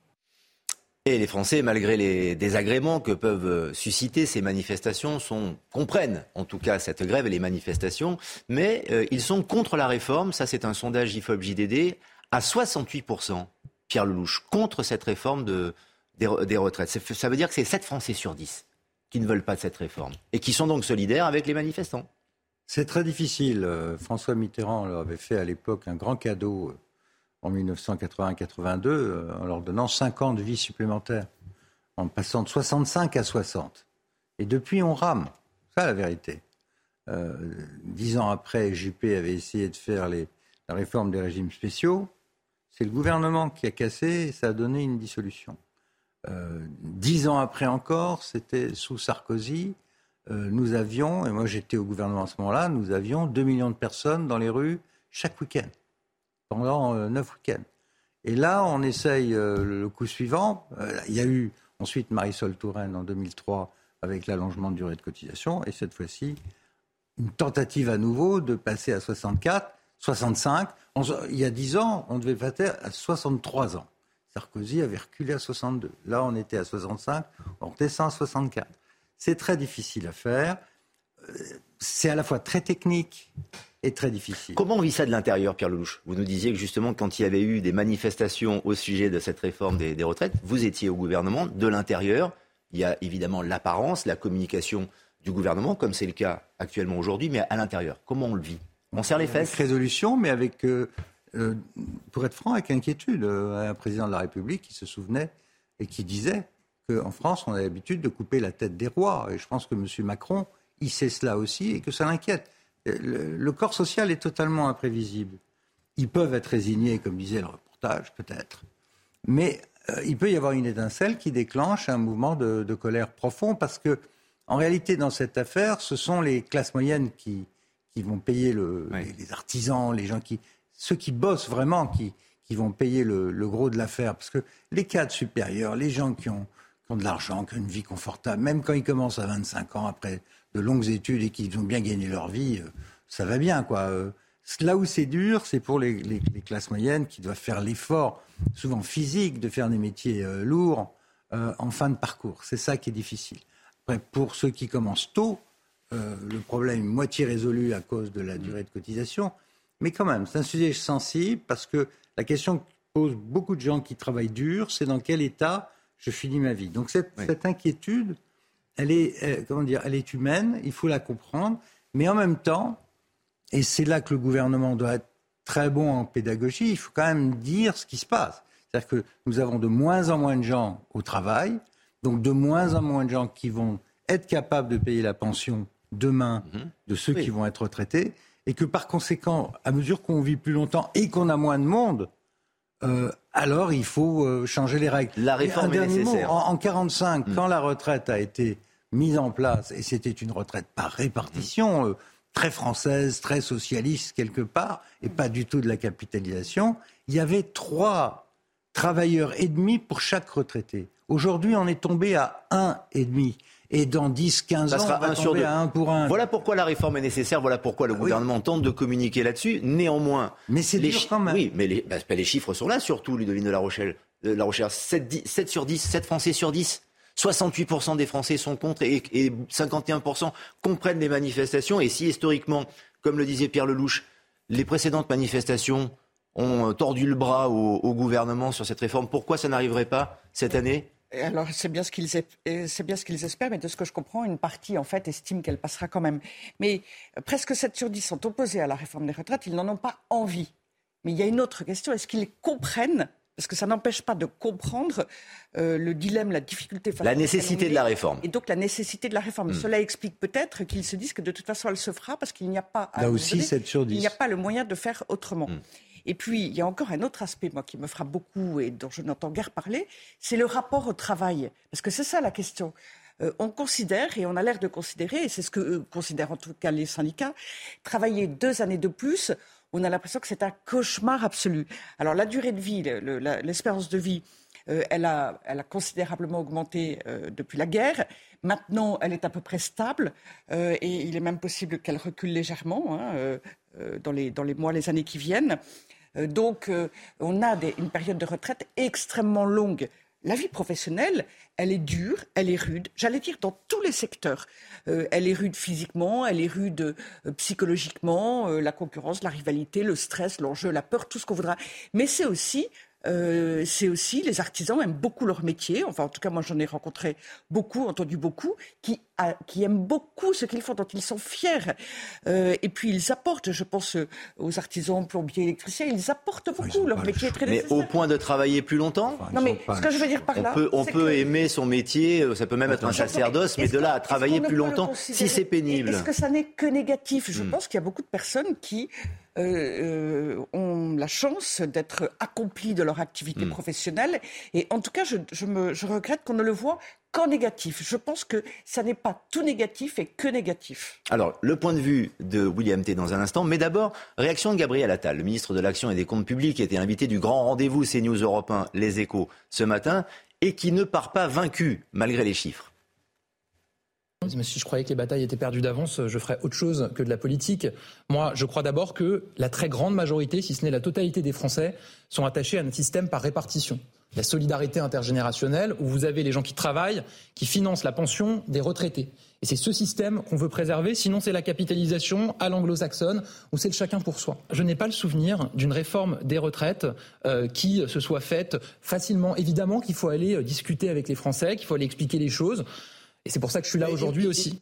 Et les Français, malgré les désagréments que peuvent susciter ces manifestations, sont, comprennent en tout cas cette grève et les manifestations, mais euh, ils sont contre la réforme. Ça, c'est un sondage I F O P J D D à soixante-huit pour cent. Pierre Lelouch, contre cette réforme de, des, des retraites. Ça veut dire que c'est sept Français sur dix qui ne veulent pas de cette réforme et qui sont donc solidaires avec les manifestants. C'est très difficile. François Mitterrand leur avait fait à l'époque un grand cadeau en dix-neuf cent quatre-vingt quatre-vingt-deux en leur donnant cinq ans de vie supplémentaires, en passant de soixante-cinq à soixante. Et depuis, on rame. C'est ça la vérité. Euh, dix ans après, Juppé avait essayé de faire les, la réforme des régimes spéciaux. C'est le gouvernement qui a cassé et ça a donné une dissolution. Euh, dix ans après encore, c'était sous Sarkozy, euh, nous avions, et moi j'étais au gouvernement à ce moment-là, nous avions deux millions de personnes dans les rues chaque week-end, pendant euh, neuf week-ends. Et là, on essaye euh, le coup suivant. Euh, il y a eu ensuite Marisol Touraine en deux mille trois avec l'allongement de durée de cotisation. Et cette fois-ci, une tentative à nouveau de passer à soixante-quatre, soixante-cinq. On, il y a dix ans, on devait passer à soixante-trois ans. Sarkozy avait reculé à soixante-deux. Là, on était à soixante-cinq, on redescend à soixante-quatre. C'est très difficile à faire. C'est à la fois très technique et très difficile. Comment on vit ça de l'intérieur, Pierre Lelouch ? Vous nous disiez que justement, quand il y avait eu des manifestations au sujet de cette réforme des, des retraites, vous étiez au gouvernement. De l'intérieur, il y a évidemment l'apparence, la communication du gouvernement, comme c'est le cas actuellement aujourd'hui, mais à l'intérieur, comment on le vit ? On serre les fesses ? Avec résolution, mais avec, euh, euh, pour être franc, avec inquiétude. Euh, un président de la République qui se souvenait et qui disait qu'en France, on a l'habitude de couper la tête des rois. Et je pense que M. Macron, il sait cela aussi et que ça l'inquiète. Le, le corps social est totalement imprévisible. Ils peuvent être résignés, comme disait le reportage, peut-être. Mais euh, il peut y avoir une étincelle qui déclenche un mouvement de, de colère profond parce que, en réalité, dans cette affaire, ce sont les classes moyennes qui, qui vont payer le, oui. les, les artisans, les gens qui, ceux qui bossent vraiment, qui, qui vont payer le, le gros de l'affaire. Parce que les cadres supérieurs, les gens qui ont, qui ont de l'argent, qui ont une vie confortable, même quand ils commencent à vingt-cinq ans, après de longues études et qu'ils ont bien gagné leur vie, euh, ça va bien, quoi. Euh, là où c'est dur, c'est pour les, les, les classes moyennes qui doivent faire l'effort, souvent physique, de faire des métiers euh, lourds euh, en fin de parcours. C'est ça qui est difficile. Après, pour ceux qui commencent tôt, euh, le problème est moitié résolu à cause de la durée de cotisation. Mais quand même, c'est un sujet sensible parce que la question que posent beaucoup de gens qui travaillent dur, c'est dans quel état je finis ma vie. Donc cette, oui. cette inquiétude, elle est, euh, comment dire, elle est humaine, il faut la comprendre. Mais en même temps, et c'est là que le gouvernement doit être très bon en pédagogie, il faut quand même dire ce qui se passe. C'est-à-dire que nous avons de moins en moins de gens au travail, donc de moins en moins de gens qui vont être capables de payer la pension demain mmh. de ceux oui. qui vont être retraités, et que par conséquent, à mesure qu'on vit plus longtemps et qu'on a moins de monde, euh, alors il faut euh, changer les règles. La réforme est nécessaire. Mot, en, en quarante-cinq, mmh. quand la retraite a été mise en place, et c'était une retraite par répartition, mmh. euh, très française, très socialiste quelque part, et pas du tout de la capitalisation, il y avait trois travailleurs et demi pour chaque retraité. Aujourd'hui, on est tombé à un et demi. Et dans dix, quinze ans, on va un tomber à un pour un. Voilà pourquoi la réforme est nécessaire, voilà pourquoi le gouvernement oui. tente de communiquer là-dessus. Néanmoins... Mais c'est les dur chi- quand même. Oui, mais les, bah, les chiffres sont là, surtout, Ludovine de La Rochelle. De La Rochelle, sept sur dix, sept Français sur dix. soixante-huit pour cent des Français sont contre et, et cinquante et un pour cent comprennent les manifestations. Et si historiquement, comme le disait Pierre Lelouch, les précédentes manifestations ont tordu le bras au, au gouvernement sur cette réforme, pourquoi ça n'arriverait pas cette année ? Alors, c'est bien, ce qu'ils, c'est bien ce qu'ils espèrent, mais de ce que je comprends, une partie, en fait, estime qu'elle passera quand même. Mais presque sept sur dix sont opposés à la réforme des retraites, ils n'en ont pas envie. Mais il y a une autre question, est-ce qu'ils comprennent ? Parce que ça n'empêche pas de comprendre euh, le dilemme, la difficulté... Face la nécessité de la réforme. Et donc la nécessité de la réforme. Mmh. Cela explique peut-être qu'ils se disent que de toute façon, elle se fera parce qu'il n'y a pas... Là aussi, donner, sept sur dix. Il n'y a pas le moyen de faire autrement. Mmh. Et puis, il y a encore un autre aspect, moi, qui me frappe beaucoup et dont je n'entends guère parler, c'est le rapport au travail. Parce que c'est ça la question. Euh, on considère, et on a l'air de considérer, et c'est ce que euh, considèrent en tout cas les syndicats, travailler deux années de plus, on a l'impression que c'est un cauchemar absolu. Alors, la durée de vie, le, le, la, l'espérance de vie, euh, elle, a, elle a considérablement augmenté euh, depuis la guerre. Maintenant, elle est à peu près stable, euh, et il est même possible qu'elle recule légèrement hein, euh, euh, dans, les, dans les mois, les années qui viennent. Euh, donc, euh, on a des, une période de retraite extrêmement longue. La vie professionnelle, elle est dure, elle est rude, j'allais dire dans tous les secteurs. Euh, elle est rude physiquement, elle est rude euh, psychologiquement, euh, la concurrence, la rivalité, le stress, l'enjeu, la peur, tout ce qu'on voudra. Mais c'est aussi... Euh, c'est aussi, les artisans aiment beaucoup leur métier, enfin en tout cas moi j'en ai rencontré beaucoup, entendu beaucoup, qui, a, qui aiment beaucoup ce qu'ils font, dont ils sont fiers. Euh, et puis ils apportent, je pense aux artisans, plombiers, électriciens, ils apportent beaucoup, enfin, leur métier est très mais nécessaire. Mais au point de travailler plus longtemps enfin, Non mais ce que je veux dire par là... On peut, on peut que... aimer son métier, ça peut même être un sacerdoce, mais de là à travailler plus longtemps, si c'est pénible... Est-ce que ça n'est que négatif ? Je hmm. pense qu'il y a beaucoup de personnes qui... euh, ont la chance d'être accomplis de leur activité mmh. professionnelle. Et en tout cas, je, je, me, je regrette qu'on ne le voit qu'en négatif. Je pense que ça n'est pas tout négatif et que négatif. Alors, le point de vue de William T dans un instant, mais d'abord, réaction de Gabriel Attal, le ministre de l'Action et des Comptes Publics, qui était invité du grand rendez-vous CNews Europe un, Les Échos, ce matin, et qui ne part pas vaincu, malgré les chiffres. Si je croyais que les batailles étaient perdues d'avance, je ferais autre chose que de la politique. Moi, je crois d'abord que la très grande majorité, si ce n'est la totalité des Français, sont attachés à un système par répartition. La solidarité intergénérationnelle, où vous avez les gens qui travaillent, qui financent la pension des retraités. Et c'est ce système qu'on veut préserver, sinon c'est la capitalisation à l'anglo-saxonne, où c'est le chacun pour soi. Je n'ai pas le souvenir d'une réforme des retraites euh, qui se soit faite facilement. Évidemment qu'il faut aller discuter avec les Français, qu'il faut aller expliquer les choses. Et c'est pour ça que je suis là aujourd'hui aussi.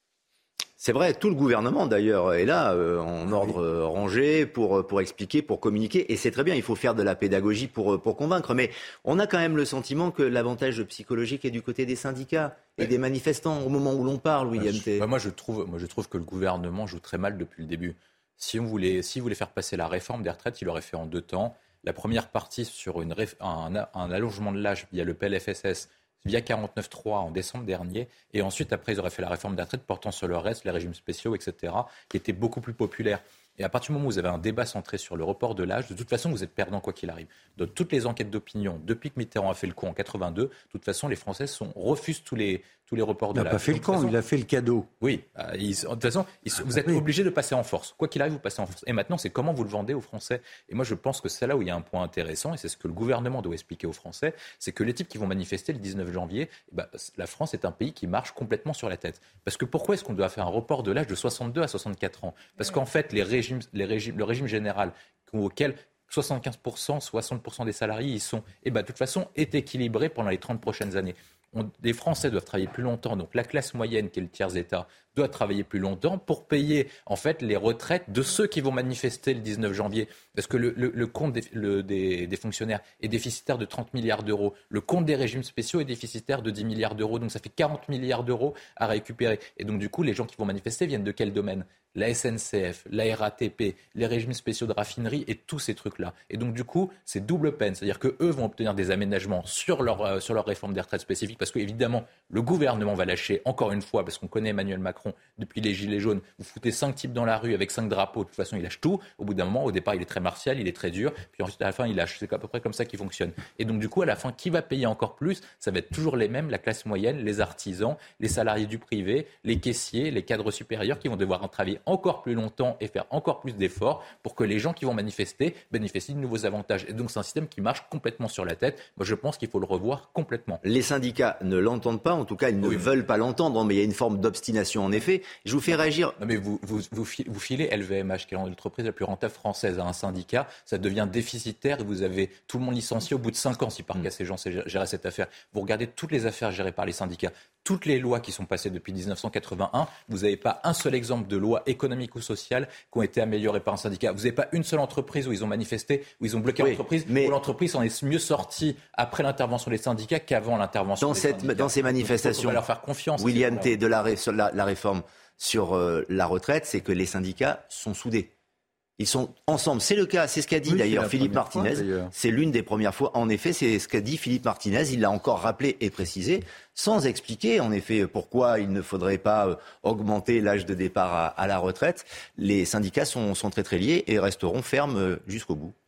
C'est vrai, tout le gouvernement d'ailleurs est là euh, en ordre euh, rangé pour, pour expliquer, pour communiquer. Et c'est très bien, il faut faire de la pédagogie pour, pour convaincre. Mais on a quand même le sentiment que l'avantage psychologique est du côté des syndicats et ouais. des manifestants au moment où l'on parle, William T. Bah, moi, je trouve, moi je trouve que le gouvernement joue très mal depuis le début. Si on voulait, si on voulait faire passer la réforme des retraites, il l'aurait fait en deux temps. La première partie sur une, un, un allongement de l'âge via le P L F S S, via quarante-neuf trois en décembre dernier, et ensuite après ils auraient fait la réforme des retraites portant sur le reste, les régimes spéciaux, et cetera, qui étaient beaucoup plus populaires. Et à partir du moment où vous avez un débat centré sur le report de l'âge, de toute façon vous êtes perdant quoi qu'il arrive. Dans toutes les enquêtes d'opinion, depuis que Mitterrand a fait le coup en quatre-vingt-deux, de toute façon les Français sont, refusent tous les, tous les reports de l'âge. Il n'a pas fait le con, il a fait le cadeau. Oui, euh, il, de toute façon il, ah, vous êtes oui. obligé de passer en force. Quoi qu'il arrive, vous passez en force. Et maintenant c'est comment vous le vendez aux Français. Et moi je pense que c'est là où il y a un point intéressant, et c'est ce que le gouvernement doit expliquer aux Français, c'est que les types qui vont manifester le dix-neuf janvier, eh ben, la France est un pays qui marche complètement sur la tête. Parce que pourquoi est-ce qu'on doit faire un report de l'âge de soixante-deux à soixante-quatre ans ? Parce qu'en fait les régimes, les régimes, le régime général auquel soixante-quinze pour cent, soixante pour cent des salariés y sont, et ben, de toute façon, est équilibré pendant les trente prochaines années. On, les Français doivent travailler plus longtemps, donc la classe moyenne, qui est le tiers-État, doit travailler plus longtemps pour payer en fait les retraites de ceux qui vont manifester le dix-neuf janvier. Parce que le, le, le compte des, le, des, des fonctionnaires est déficitaire de trente milliards d'euros. Le compte des régimes spéciaux est déficitaire de dix milliards d'euros. Donc ça fait quarante milliards d'euros à récupérer. Et donc du coup, les gens qui vont manifester viennent de quel domaine ? La S N C F, la R A T P, les régimes spéciaux de raffinerie et tous ces trucs-là. Et donc du coup, c'est double peine. C'est-à-dire qu'eux vont obtenir des aménagements sur leur, euh, sur leur réforme des retraites spécifiques parce qu'évidemment, le gouvernement va lâcher encore une fois, parce qu'on connaît Emmanuel Macron depuis les Gilets jaunes. Vous foutez cinq types dans la rue avec cinq drapeaux, de toute façon, il lâche tout. Au bout d'un moment, au départ, il est très martial, il est très dur. Puis ensuite, à la fin, il lâche. C'est à peu près comme ça qu'il fonctionne. Et donc du coup, à la fin, qui va payer encore plus ? Ça va être toujours les mêmes, la classe moyenne, les artisans, les salariés du privé, les caissiers, les cadres supérieurs qui vont devoir travailler encore plus longtemps et faire encore plus d'efforts pour que les gens qui vont manifester bénéficient de nouveaux avantages. Et donc c'est un système qui marche complètement sur la tête. Moi je pense qu'il faut le revoir complètement. Les syndicats ne l'entendent pas, en tout cas ils ne oui. veulent pas l'entendre, mais il y a une forme d'obstination en effet. Je vous fais réagir. Non mais vous, vous, vous, vous filez L V M H, qui est l'entreprise la plus rentable française, à un syndicat, ça devient déficitaire et vous avez tout le monde licencié au bout de cinq ans si par cas ces gens géraient cette affaire. Vous regardez toutes les affaires gérées par les syndicats, toutes les lois qui sont passées depuis dix-neuf cent quatre-vingt-un, vous n'avez pas un seul exemple de loi économique ou sociale qui ont été améliorés par un syndicat. Vous n'avez pas une seule entreprise où ils ont manifesté, où ils ont bloqué oui, l'entreprise, mais où l'entreprise en est mieux sortie après l'intervention des syndicats qu'avant l'intervention dans des cette, syndicats. Dans ces manifestations, il faut leur faire confiance. William T, de la, ré, la, la réforme sur euh, la retraite, c'est que les syndicats sont soudés. Ils sont ensemble. C'est le cas, c'est ce qu'a dit oui, d'ailleurs Philippe Martinez. Fois, c'est l'une des premières fois. En effet, c'est ce qu'a dit Philippe Martinez. Il l'a encore rappelé et précisé, sans expliquer en effet pourquoi il ne faudrait pas augmenter l'âge de départ à, à la retraite. Les syndicats sont, sont très très liés et resteront fermes jusqu'au bout.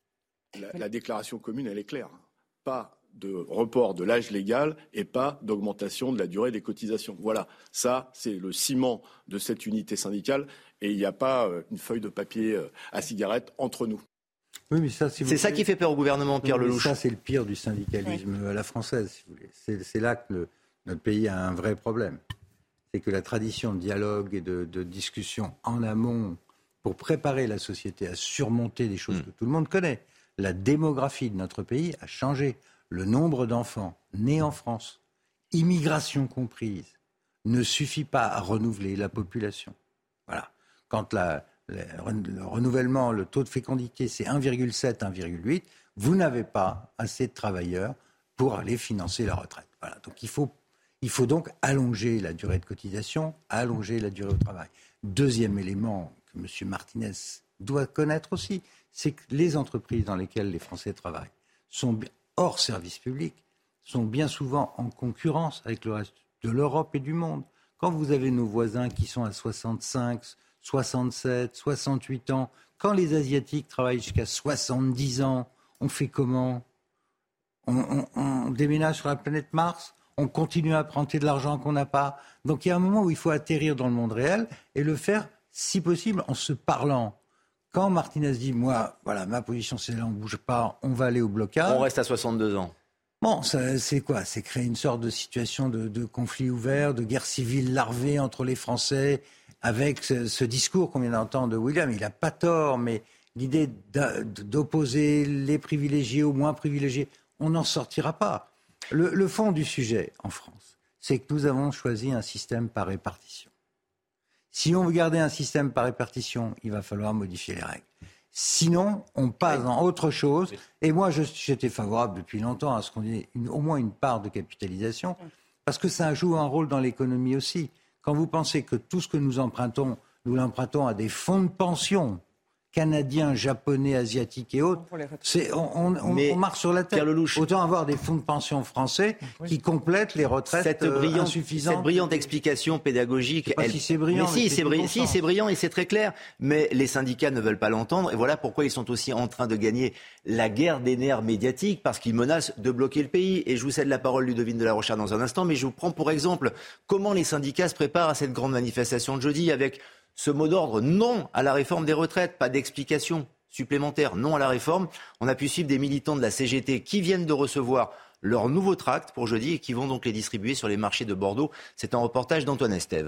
La, la déclaration commune, elle est claire. Pas de report de l'âge légal et pas d'augmentation de la durée des cotisations. Voilà, ça, c'est le ciment de cette unité syndicale et il n'y a pas une feuille de papier à cigarette entre nous. Oui, mais ça, si vous c'est voulez, ça qui fait peur au gouvernement, Pierre Lelouch. Ça, c'est le pire du syndicalisme oui. à la française, si vous voulez. C'est, c'est là que le, notre pays a un vrai problème. C'est que la tradition de dialogue et de, de discussion en amont pour préparer la société à surmonter des choses mmh. que tout le monde connaît. La démographie de notre pays a changé. Le nombre d'enfants nés en France, immigration comprise, ne suffit pas à renouveler la population. Voilà. Quand la, la, le renouvellement, le taux de fécondité, c'est un virgule sept, un virgule huit, vous n'avez pas assez de travailleurs pour aller financer la retraite. Voilà. Donc il faut, il faut donc allonger la durée de cotisation, allonger la durée au travail. Deuxième élément que M. Martinez doit connaître aussi, c'est que les entreprises dans lesquelles les Français travaillent sont hors service public, sont bien souvent en concurrence avec le reste de l'Europe et du monde. Quand vous avez nos voisins qui sont à soixante-cinq, soixante-sept, soixante-huit ans, quand les Asiatiques travaillent jusqu'à soixante-dix ans, on fait comment ? on, on, on déménage sur la planète Mars ? On continue à emprunter de l'argent qu'on n'a pas ? Donc il y a un moment où il faut atterrir dans le monde réel et le faire, si possible, en se parlant. Quand Martinez dit, moi, voilà, ma position c'est là, on ne bouge pas, on va aller au blocage. On reste à soixante-deux ans. Bon, ça, c'est quoi ? C'est créer une sorte de situation de, de conflit ouvert, de guerre civile larvée entre les Français, avec ce, ce discours qu'on vient d'entendre de William. Il n'a pas tort, mais l'idée d'opposer les privilégiés aux moins privilégiés, on n'en sortira pas. Le, le fond du sujet en France, c'est que nous avons choisi un système par répartition. Si on veut garder un système par répartition, il va falloir modifier les règles. Sinon, on passe oui. dans autre chose. Et moi, je, j'étais favorable depuis longtemps à ce qu'on ait une, au moins une part de capitalisation, parce que ça joue un rôle dans l'économie aussi. Quand vous pensez que tout ce que nous empruntons, nous l'empruntons à des fonds de pension canadiens, japonais, asiatiques et autres, c'est, on, on, on, on marche sur la tête. Autant avoir des fonds de pension français oui. qui complètent les retraites cette brillante, euh, insuffisantes. Cette brillante explication pédagogique... Je sais pas elle... si c'est brillant. Mais si, c'est, bri... si c'est brillant et c'est très clair. Mais les syndicats ne veulent pas l'entendre. Et voilà pourquoi ils sont aussi en train de gagner la guerre des nerfs médiatiques, parce qu'ils menacent de bloquer le pays. Et je vous cède la parole, Ludovine de la Rochère, dans un instant. Mais je vous prends pour exemple comment les syndicats se préparent à cette grande manifestation de jeudi avec ce mot d'ordre, non à la réforme des retraites, pas d'explication supplémentaire, non à la réforme. On a pu suivre des militants de la C G T qui viennent de recevoir leur nouveau tract pour jeudi et qui vont donc les distribuer sur les marchés de Bordeaux. C'est un reportage d'Antoine Estève.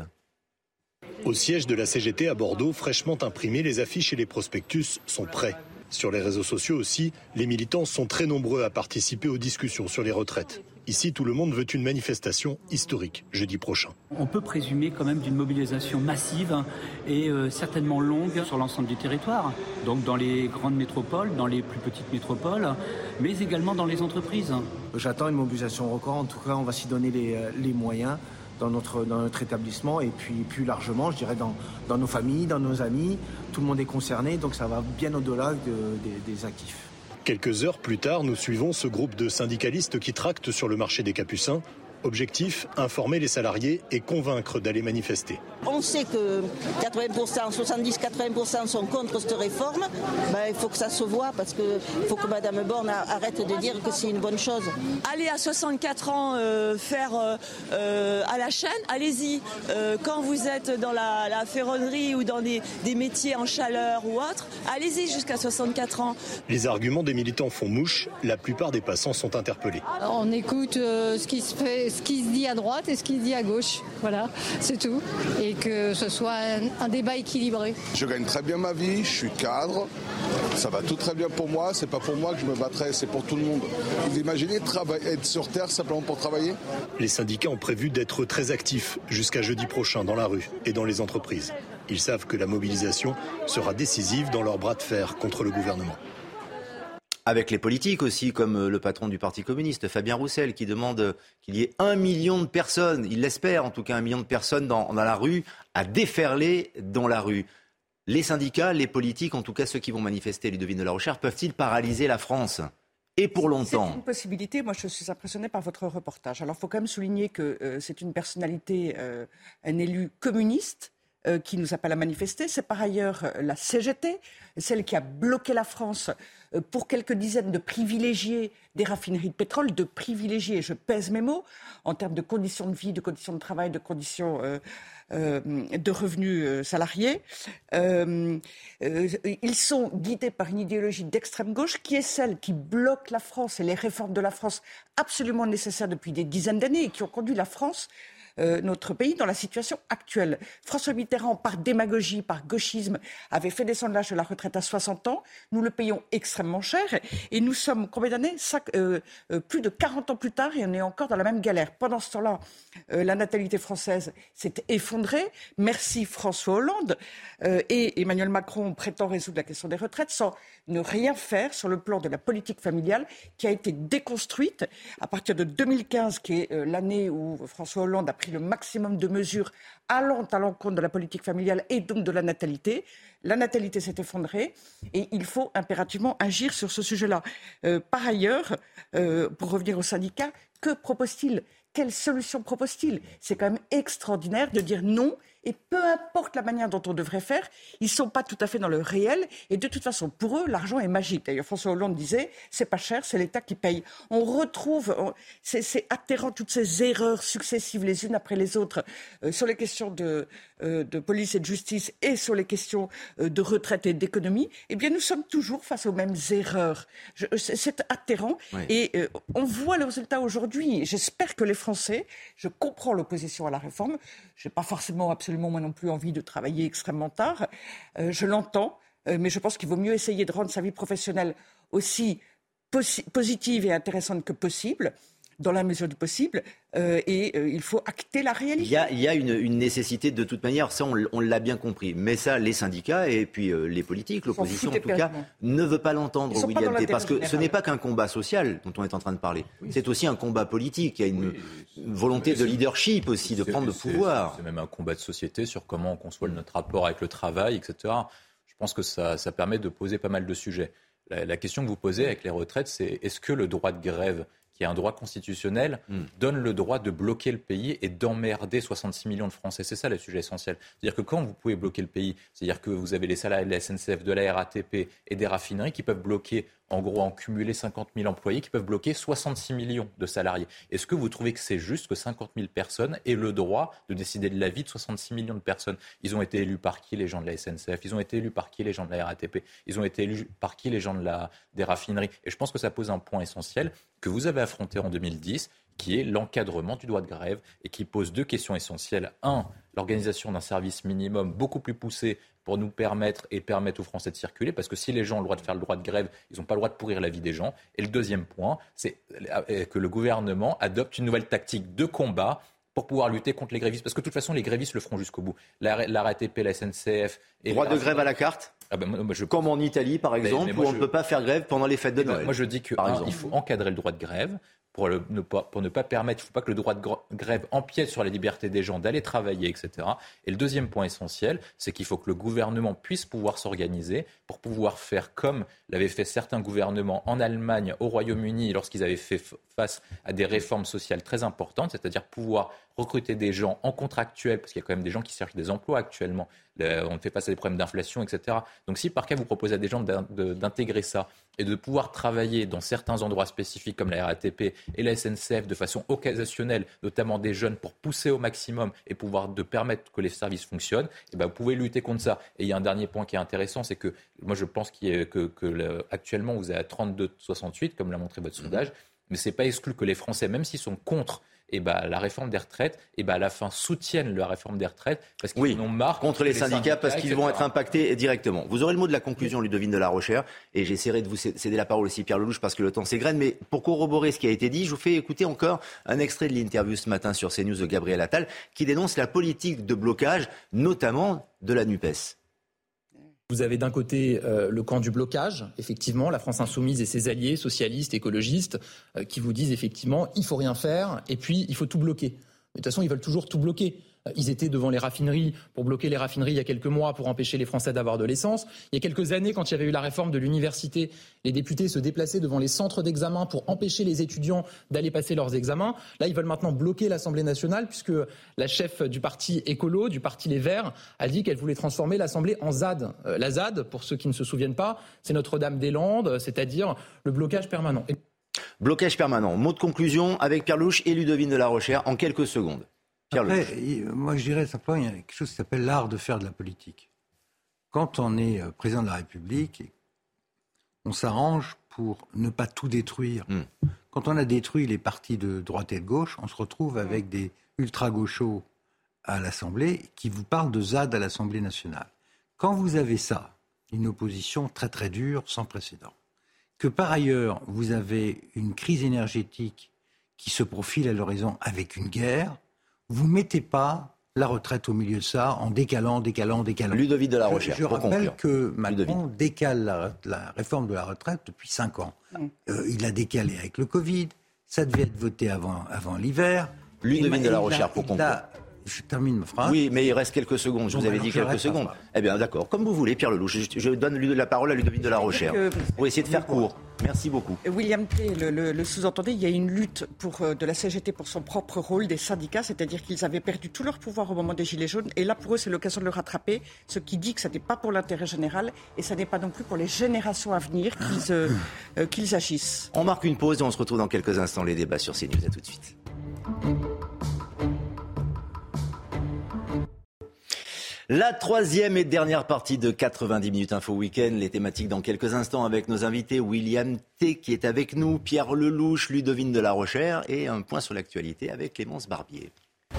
Au siège de la C G T à Bordeaux, fraîchement imprimés, les affiches et les prospectus sont prêts. Sur les réseaux sociaux aussi, les militants sont très nombreux à participer aux discussions sur les retraites. Ici, tout le monde veut une manifestation historique jeudi prochain. On peut présumer quand même d'une mobilisation massive et euh, certainement longue sur l'ensemble du territoire. Donc dans les grandes métropoles, dans les plus petites métropoles, mais également dans les entreprises. J'attends une mobilisation record. En tout cas, on va s'y donner les, les moyens dans notre, dans notre établissement et puis plus largement, je dirais, dans, dans nos familles, dans nos amis. Tout le monde est concerné, donc ça va bien au-delà de, des, des actifs. Quelques heures plus tard, nous suivons ce groupe de syndicalistes qui tractent sur le marché des Capucins. Objectif, informer les salariés et convaincre d'aller manifester. On sait que quatre-vingts pour cent, soixante-dix à quatre-vingts pour cent sont contre cette réforme. Ben, il faut que ça se voit parce qu'il faut que Mme Borne arrête de dire que c'est une bonne chose. Allez à soixante-quatre ans euh, faire euh, à la chaîne, allez-y. Euh, quand vous êtes dans la, la ferronnerie ou dans des, des métiers en chaleur ou autre, allez-y jusqu'à soixante-quatre ans. Les arguments des militants font mouche. La plupart des passants sont interpellés. On écoute euh, ce qui se fait. Ce qui se dit à droite et ce qui se dit à gauche. Voilà, c'est tout. Et que ce soit un, un débat équilibré. Je gagne très bien ma vie, je suis cadre, ça va tout très bien pour moi, c'est pas pour moi que je me battrai, c'est pour tout le monde. Vous imaginez travailler, être sur Terre simplement pour travailler ? Les syndicats ont prévu d'être très actifs jusqu'à jeudi prochain dans la rue et dans les entreprises. Ils savent que la mobilisation sera décisive dans leur bras de fer contre le gouvernement. Avec les politiques aussi, comme le patron du Parti communiste, Fabien Roussel, qui demande qu'il y ait un million de personnes, il l'espère en tout cas, un million de personnes dans, dans la rue, à déferler dans la rue. Les syndicats, les politiques, en tout cas ceux qui vont manifester, Ludovine de la Rochère, peuvent-ils paralyser la France ? Et pour longtemps. C'est une possibilité. Moi, je suis impressionnée par votre reportage. Alors, il faut quand même souligner que euh, c'est une personnalité, euh, un élu communiste, euh, qui nous appelle à manifester. C'est par ailleurs euh, la C G T, celle qui a bloqué la France euh, pour quelques dizaines de privilégiés des raffineries de pétrole, de privilégiés, je pèse mes mots, en termes de conditions de vie, de conditions de travail, de conditions euh, euh, de revenus euh, salariés. Euh, euh, ils sont guidés par une idéologie d'extrême gauche qui est celle qui bloque la France et les réformes de la France absolument nécessaires depuis des dizaines d'années et qui ont conduit la France, Euh, notre pays, dans la situation actuelle. François Mitterrand, par démagogie, par gauchisme, avait fait descendre l'âge de la retraite à soixante ans. Nous le payons extrêmement cher. Et nous sommes, combien d'années Ça, euh, euh, plus de quarante ans plus tard, et on est encore dans la même galère. Pendant ce temps-là, euh, la natalité française s'est effondrée. Merci François Hollande. Euh, et Emmanuel Macron prétend résoudre la question des retraites sans ne rien faire sur le plan de la politique familiale qui a été déconstruite à partir de deux mille quinze, qui est euh, l'année où François Hollande a pris pris le maximum de mesures allant à l'encontre de la politique familiale et donc de la natalité. La natalité s'est effondrée et il faut impérativement agir sur ce sujet-là. Euh, par ailleurs, euh, pour revenir au syndicat, que propose-t-il ? Quelle solution propose-t-il ? C'est quand même extraordinaire de dire non. Et peu importe la manière dont on devrait faire, ils ne sont pas tout à fait dans le réel. Et de toute façon, pour eux, l'argent est magique. D'ailleurs, François Hollande disait, c'est pas cher, c'est l'État qui paye. On retrouve, on, c'est, c'est atterrant, toutes ces erreurs successives les unes après les autres euh, sur les questions de, euh, de police et de justice et sur les questions euh, de retraite et d'économie. Eh bien, nous sommes toujours face aux mêmes erreurs. Je, c'est, c'est atterrant. Oui. Et euh, on voit le résultat aujourd'hui. J'espère que les Français, je comprends l'opposition à la réforme. Je n'ai pas forcément absolument moi non plus envie de travailler extrêmement tard. Euh, je l'entends, euh, mais je pense qu'il vaut mieux essayer de rendre sa vie professionnelle aussi posi- positive et intéressante que possible, dans la mesure du possible, euh, et euh, il faut acter la réalité. Il y a, il y a une, une nécessité de toute manière, ça on, on l'a bien compris, mais ça les syndicats et puis euh, les politiques, l'opposition en tout cas, ne veut pas l'entendre, William T, parce que général. Ce n'est pas qu'un combat social dont on est en train de parler, oui. C'est aussi un combat politique, il y a une, oui. une volonté de leadership aussi, de c'est, prendre le c'est, pouvoir. C'est, c'est même un combat de société sur comment on conçoit notre rapport avec le travail, et cetera. Je pense que ça, ça permet de poser pas mal de sujets. La, la question que vous posez avec les retraites, c'est est-ce que le droit de grève, qui est un droit constitutionnel, mm. donne le droit de bloquer le pays et d'emmerder soixante-six millions de Français. C'est ça le sujet essentiel. C'est-à-dire que quand vous pouvez bloquer le pays, c'est-à-dire que vous avez les salariés de la S N C F, de la R A T P et des raffineries qui peuvent bloquer, en gros, en cumulé cinquante mille employés, qui peuvent bloquer soixante-six millions de salariés. Est-ce que vous trouvez que c'est juste que cinquante mille personnes aient le droit de décider de la vie de soixante-six millions de personnes ? Ils ont été élus par qui, les gens de la S N C F ? Ils ont été élus par qui, les gens de la R A T P ? Ils ont été élus par qui, les gens de la, des raffineries ? Et je pense que ça pose un point essentiel que vous avez affronté en deux mille dix, qui est l'encadrement du droit de grève et qui pose deux questions essentielles. Un, l'organisation d'un service minimum beaucoup plus poussé pour nous permettre et permettre aux Français de circuler, parce que si les gens ont le droit de faire le droit de grève, ils n'ont pas le droit de pourrir la vie des gens. Et le deuxième point, c'est que le gouvernement adopte une nouvelle tactique de combat pour pouvoir lutter contre les grévistes. Parce que de toute façon, les grévistes le feront jusqu'au bout. La, la R A T P, la S N C F... Et droit de grève à la carte ah ben, moi, je... Comme en Italie, par exemple, mais, mais où on ne je... peut pas faire grève pendant les fêtes de Noël. Moi, je dis qu'il faut encadrer le droit de grève pour, le, ne, pas, pour ne pas permettre, il ne faut pas que le droit de grève empiète sur la liberté des gens d'aller travailler, et cetera. Et le deuxième point essentiel, c'est qu'il faut que le gouvernement puisse pouvoir s'organiser pour pouvoir faire comme l'avaient fait certains gouvernements en Allemagne, au Royaume-Uni, lorsqu'ils avaient fait face à des réformes sociales très importantes, c'est-à-dire pouvoir recruter des gens en contractuel, parce qu'il y a quand même des gens qui cherchent des emplois actuellement, on fait face à des problèmes d'inflation, et cetera. Donc si par cas vous proposez à des gens d'intégrer ça et de pouvoir travailler dans certains endroits spécifiques comme la R A T P et la S N C F de façon occasionnelle, notamment des jeunes, pour pousser au maximum et pouvoir de permettre que les services fonctionnent, et ben vous pouvez lutter contre ça. Et il y a un dernier point qui est intéressant, c'est que moi je pense qu'il y a, que, que le, actuellement vous êtes à trente-deux virgule soixante-huit, comme l'a montré votre sondage, mais c'est pas exclu que les Français, même s'ils sont contre et bah, la réforme des retraites, et bah, à la fin soutiennent la réforme des retraites parce qu'ils oui, en ont marre contre les, les syndicats, syndicats parce qu'ils et cetera vont être impactés directement. Vous aurez le mot de la conclusion, Ludovine de la Rochère, et j'essaierai de vous céder la parole aussi, Pierre Lelouch, parce que le temps s'égrène. Mais pour corroborer ce qui a été dit, je vous fais écouter encore un extrait de l'interview ce matin sur CNews de Gabriel Attal, qui dénonce la politique de blocage, notamment de la NUPES. Vous avez d'un côté euh, le camp du blocage, effectivement, la France insoumise et ses alliés, socialistes, écologistes, euh, qui vous disent effectivement il faut rien faire et puis il faut tout bloquer. Mais de toute façon, ils veulent toujours tout bloquer. Ils étaient devant les raffineries pour bloquer les raffineries il y a quelques mois pour empêcher les Français d'avoir de l'essence. Il y a quelques années, quand il y avait eu la réforme de l'université, les députés se déplaçaient devant les centres d'examen pour empêcher les étudiants d'aller passer leurs examens. Là, ils veulent maintenant bloquer l'Assemblée nationale puisque la chef du parti écolo, du parti Les Verts, a dit qu'elle voulait transformer l'Assemblée en Z A D. Euh, la Z A D, pour ceux qui ne se souviennent pas, c'est Notre-Dame-des-Landes, c'est-à-dire le blocage permanent. Et... Blocage permanent. Mot de conclusion avec Pierre Lelouch et Ludovine de la Rochère en quelques secondes. Après, moi je dirais simplement, il y a quelque chose qui s'appelle l'art de faire de la politique. Quand on est président de la République, on s'arrange pour ne pas tout détruire. Mm. Quand on a détruit les partis de droite et de gauche, on se retrouve avec des ultra-gauchos à l'Assemblée qui vous parlent de Z A D à l'Assemblée nationale. Quand vous avez ça, une opposition très très dure, sans précédent, que par ailleurs vous avez une crise énergétique qui se profile à l'horizon avec une guerre, vous ne mettez pas la retraite au milieu de ça en décalant, décalant, décalant. Ludovine de la Rochère. Je, je rappelle conclure. que Macron Ludovine. décale la, la réforme de la retraite depuis cinq ans. Mm. Euh, il l'a décalé avec le Covid, ça devait être voté avant, avant l'hiver, Ludovine de la Rochère, pour conclure. Je termine ma phrase. Oui, mais il reste quelques secondes. Je Donc, vous avais alors, dit quelques secondes. Pas. Eh bien, d'accord. Comme vous voulez, Pierre Lelouch. Je, je donne la parole à Ludovine de la Rochère. Que... Pour essayer de faire court. Merci beaucoup. William T. le, le, le sous-entendait, il y a une lutte pour, euh, de la C G T pour son propre rôle des syndicats, c'est-à-dire qu'ils avaient perdu tout leur pouvoir au moment des Gilets jaunes. Et là, pour eux, c'est l'occasion de le rattraper. Ce qui dit que ça n'est pas pour l'intérêt général et ça n'est pas non plus pour les générations à venir qu'ils, euh, euh, qu'ils agissent. On marque une pause et on se retrouve dans quelques instants. Les débats sur CNews. À tout de suite. La troisième et dernière partie de quatre-vingt-dix minutes Info Week-end. Les thématiques dans quelques instants avec nos invités. William T. qui est avec nous, Pierre Lelouch, Ludovine de la Rochère et un point sur l'actualité avec Clémence Barbier.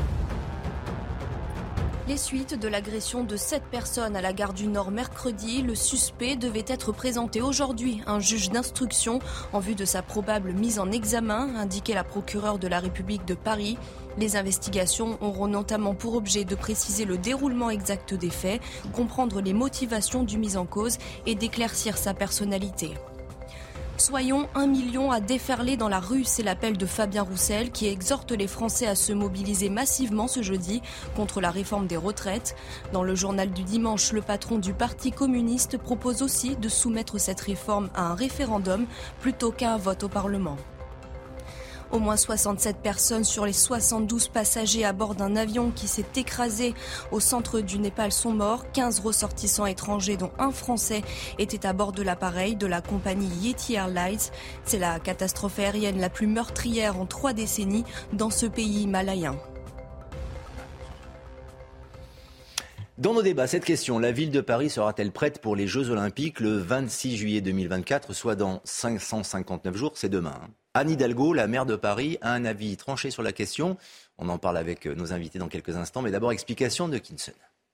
Les suites de l'agression de sept personnes à la gare du Nord mercredi, le suspect devait être présenté aujourd'hui à un juge d'instruction en vue de sa probable mise en examen, indiquait la procureure de la République de Paris. Les investigations auront notamment pour objet de préciser le déroulement exact des faits, comprendre les motivations du mis en cause et d'éclaircir sa personnalité. Soyons un million à déferler dans la rue, c'est l'appel de Fabien Roussel qui exhorte les Français à se mobiliser massivement ce jeudi contre la réforme des retraites. Dans le journal du dimanche, le patron du Parti communiste propose aussi de soumettre cette réforme à un référendum plutôt qu'à un vote au Parlement. Au moins soixante-sept personnes sur les soixante-douze passagers à bord d'un avion qui s'est écrasé au centre du Népal sont morts. quinze ressortissants étrangers, dont un Français, étaient à bord de l'appareil de la compagnie Yeti Airlines. C'est la catastrophe aérienne la plus meurtrière en trois décennies dans ce pays himalayen. Dans nos débats, cette question, la ville de Paris sera-t-elle prête pour les Jeux Olympiques le vingt-six juillet deux mille vingt-quatre, soit dans cinq cent cinquante-neuf jours, c'est demain. Anne Hidalgo, la maire de Paris, a un avis tranché sur la question. On en parle avec nos invités dans quelques instants, mais d'abord explication de Kinson.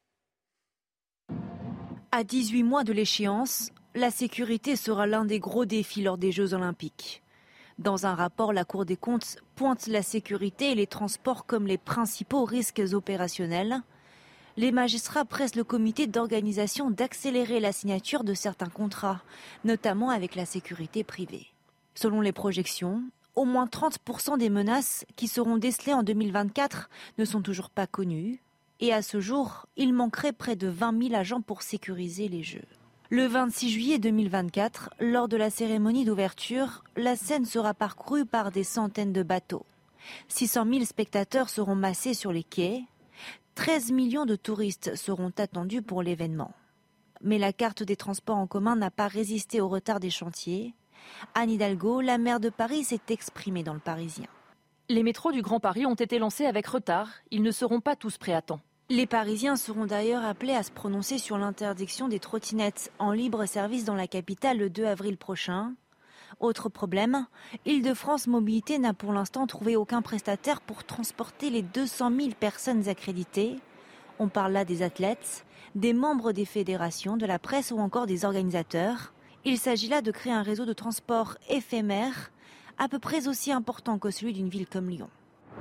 À dix-huit mois de l'échéance, la sécurité sera l'un des gros défis lors des Jeux Olympiques. Dans un rapport, la Cour des comptes pointe la sécurité et les transports comme les principaux risques opérationnels. Les magistrats pressent le comité d'organisation d'accélérer la signature de certains contrats, notamment avec la sécurité privée. Selon les projections, au moins trente pour cent des menaces qui seront décelées en deux mille vingt-quatre ne sont toujours pas connues. Et à ce jour, il manquerait près de vingt mille agents pour sécuriser les Jeux. Le vingt-six juillet deux mille vingt-quatre, lors de la cérémonie d'ouverture, la Seine sera parcourue par des centaines de bateaux. six cent mille spectateurs seront massés sur les quais. treize millions de touristes seront attendus pour l'événement. Mais la carte des transports en commun n'a pas résisté au retard des chantiers. Anne Hidalgo, la maire de Paris, s'est exprimée dans Le Parisien. Les métros du Grand Paris ont été lancés avec retard. Ils ne seront pas tous prêts à temps. Les Parisiens seront d'ailleurs appelés à se prononcer sur l'interdiction des trottinettes en libre service dans la capitale le deux avril prochain. Autre problème, Île-de-France Mobilité n'a pour l'instant trouvé aucun prestataire pour transporter les deux cent mille personnes accréditées. On parle là des athlètes, des membres des fédérations, de la presse ou encore des organisateurs. Il s'agit là de créer un réseau de transport éphémère, à peu près aussi important que celui d'une ville comme Lyon.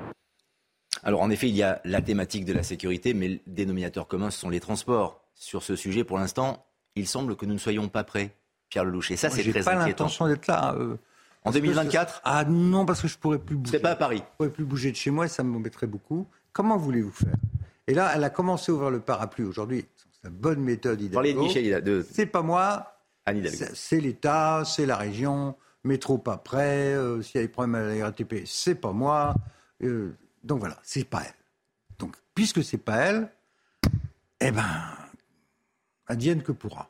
Alors en effet, il y a la thématique de la sécurité, mais le dénominateur commun, ce sont les transports. Sur ce sujet, pour l'instant, il semble que nous ne soyons pas prêts, Pierre Lelouch. Et ça, Moi, c'est très inquiétant. J'ai pas inquiétant. l'intention d'être là. Euh, en deux mille vingt-quatre que... Ah non, parce que je pourrais plus bouger. C'est pas à Paris. Je pourrais plus bouger de chez moi et ça m'embêterait beaucoup. Comment voulez-vous faire? Et là, elle a commencé à ouvrir le parapluis aujourd'hui. C'est une bonne méthode, Hidalgo. Parlez de Michel, de... C'est pas moi. C'est, c'est l'État, c'est la région, métro pas prêt, euh, s'il y a des problèmes à la R A T P, c'est pas moi. Euh, donc voilà, c'est pas elle. Donc, puisque c'est pas elle, eh ben, advienne que pourra.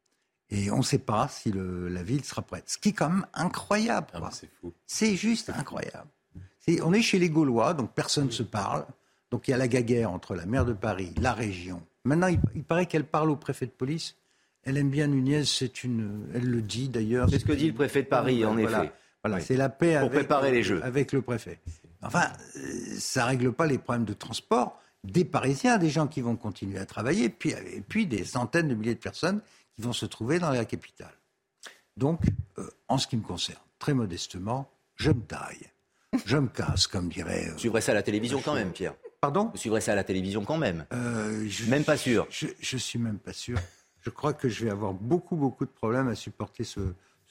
Et on ne sait pas si le, la ville sera prête. Ce qui est quand même incroyable. Ah, c'est fou. C'est juste incroyable. C'est, on est chez les Gaulois, donc personne ne se parle. Donc il y a la guerre entre la maire de Paris, la région. Maintenant, il, il paraît qu'elle parle au préfet de police. Elle aime bien Nunez, c'est une, elle le dit d'ailleurs. C'est ce que dit le préfet de Paris, en voilà, effet. Voilà, oui. C'est la paix pour avec, préparer les Jeux. Avec le préfet. Enfin, ça ne règle pas les problèmes de transport des Parisiens, des gens qui vont continuer à travailler, puis, et puis des centaines de milliers de personnes qui vont se trouver dans la capitale. Donc, euh, en ce qui me concerne, très modestement, je me taille. Je me casse, comme dirait... Euh, Vous suivrez ça à la télévision quand même, Pierre. Pardon ? Vous suivrez ça à la télévision quand même. Euh, je, même pas sûr. Je, je, je suis même pas sûr. Je crois que je vais avoir beaucoup, beaucoup de problèmes à supporter ce,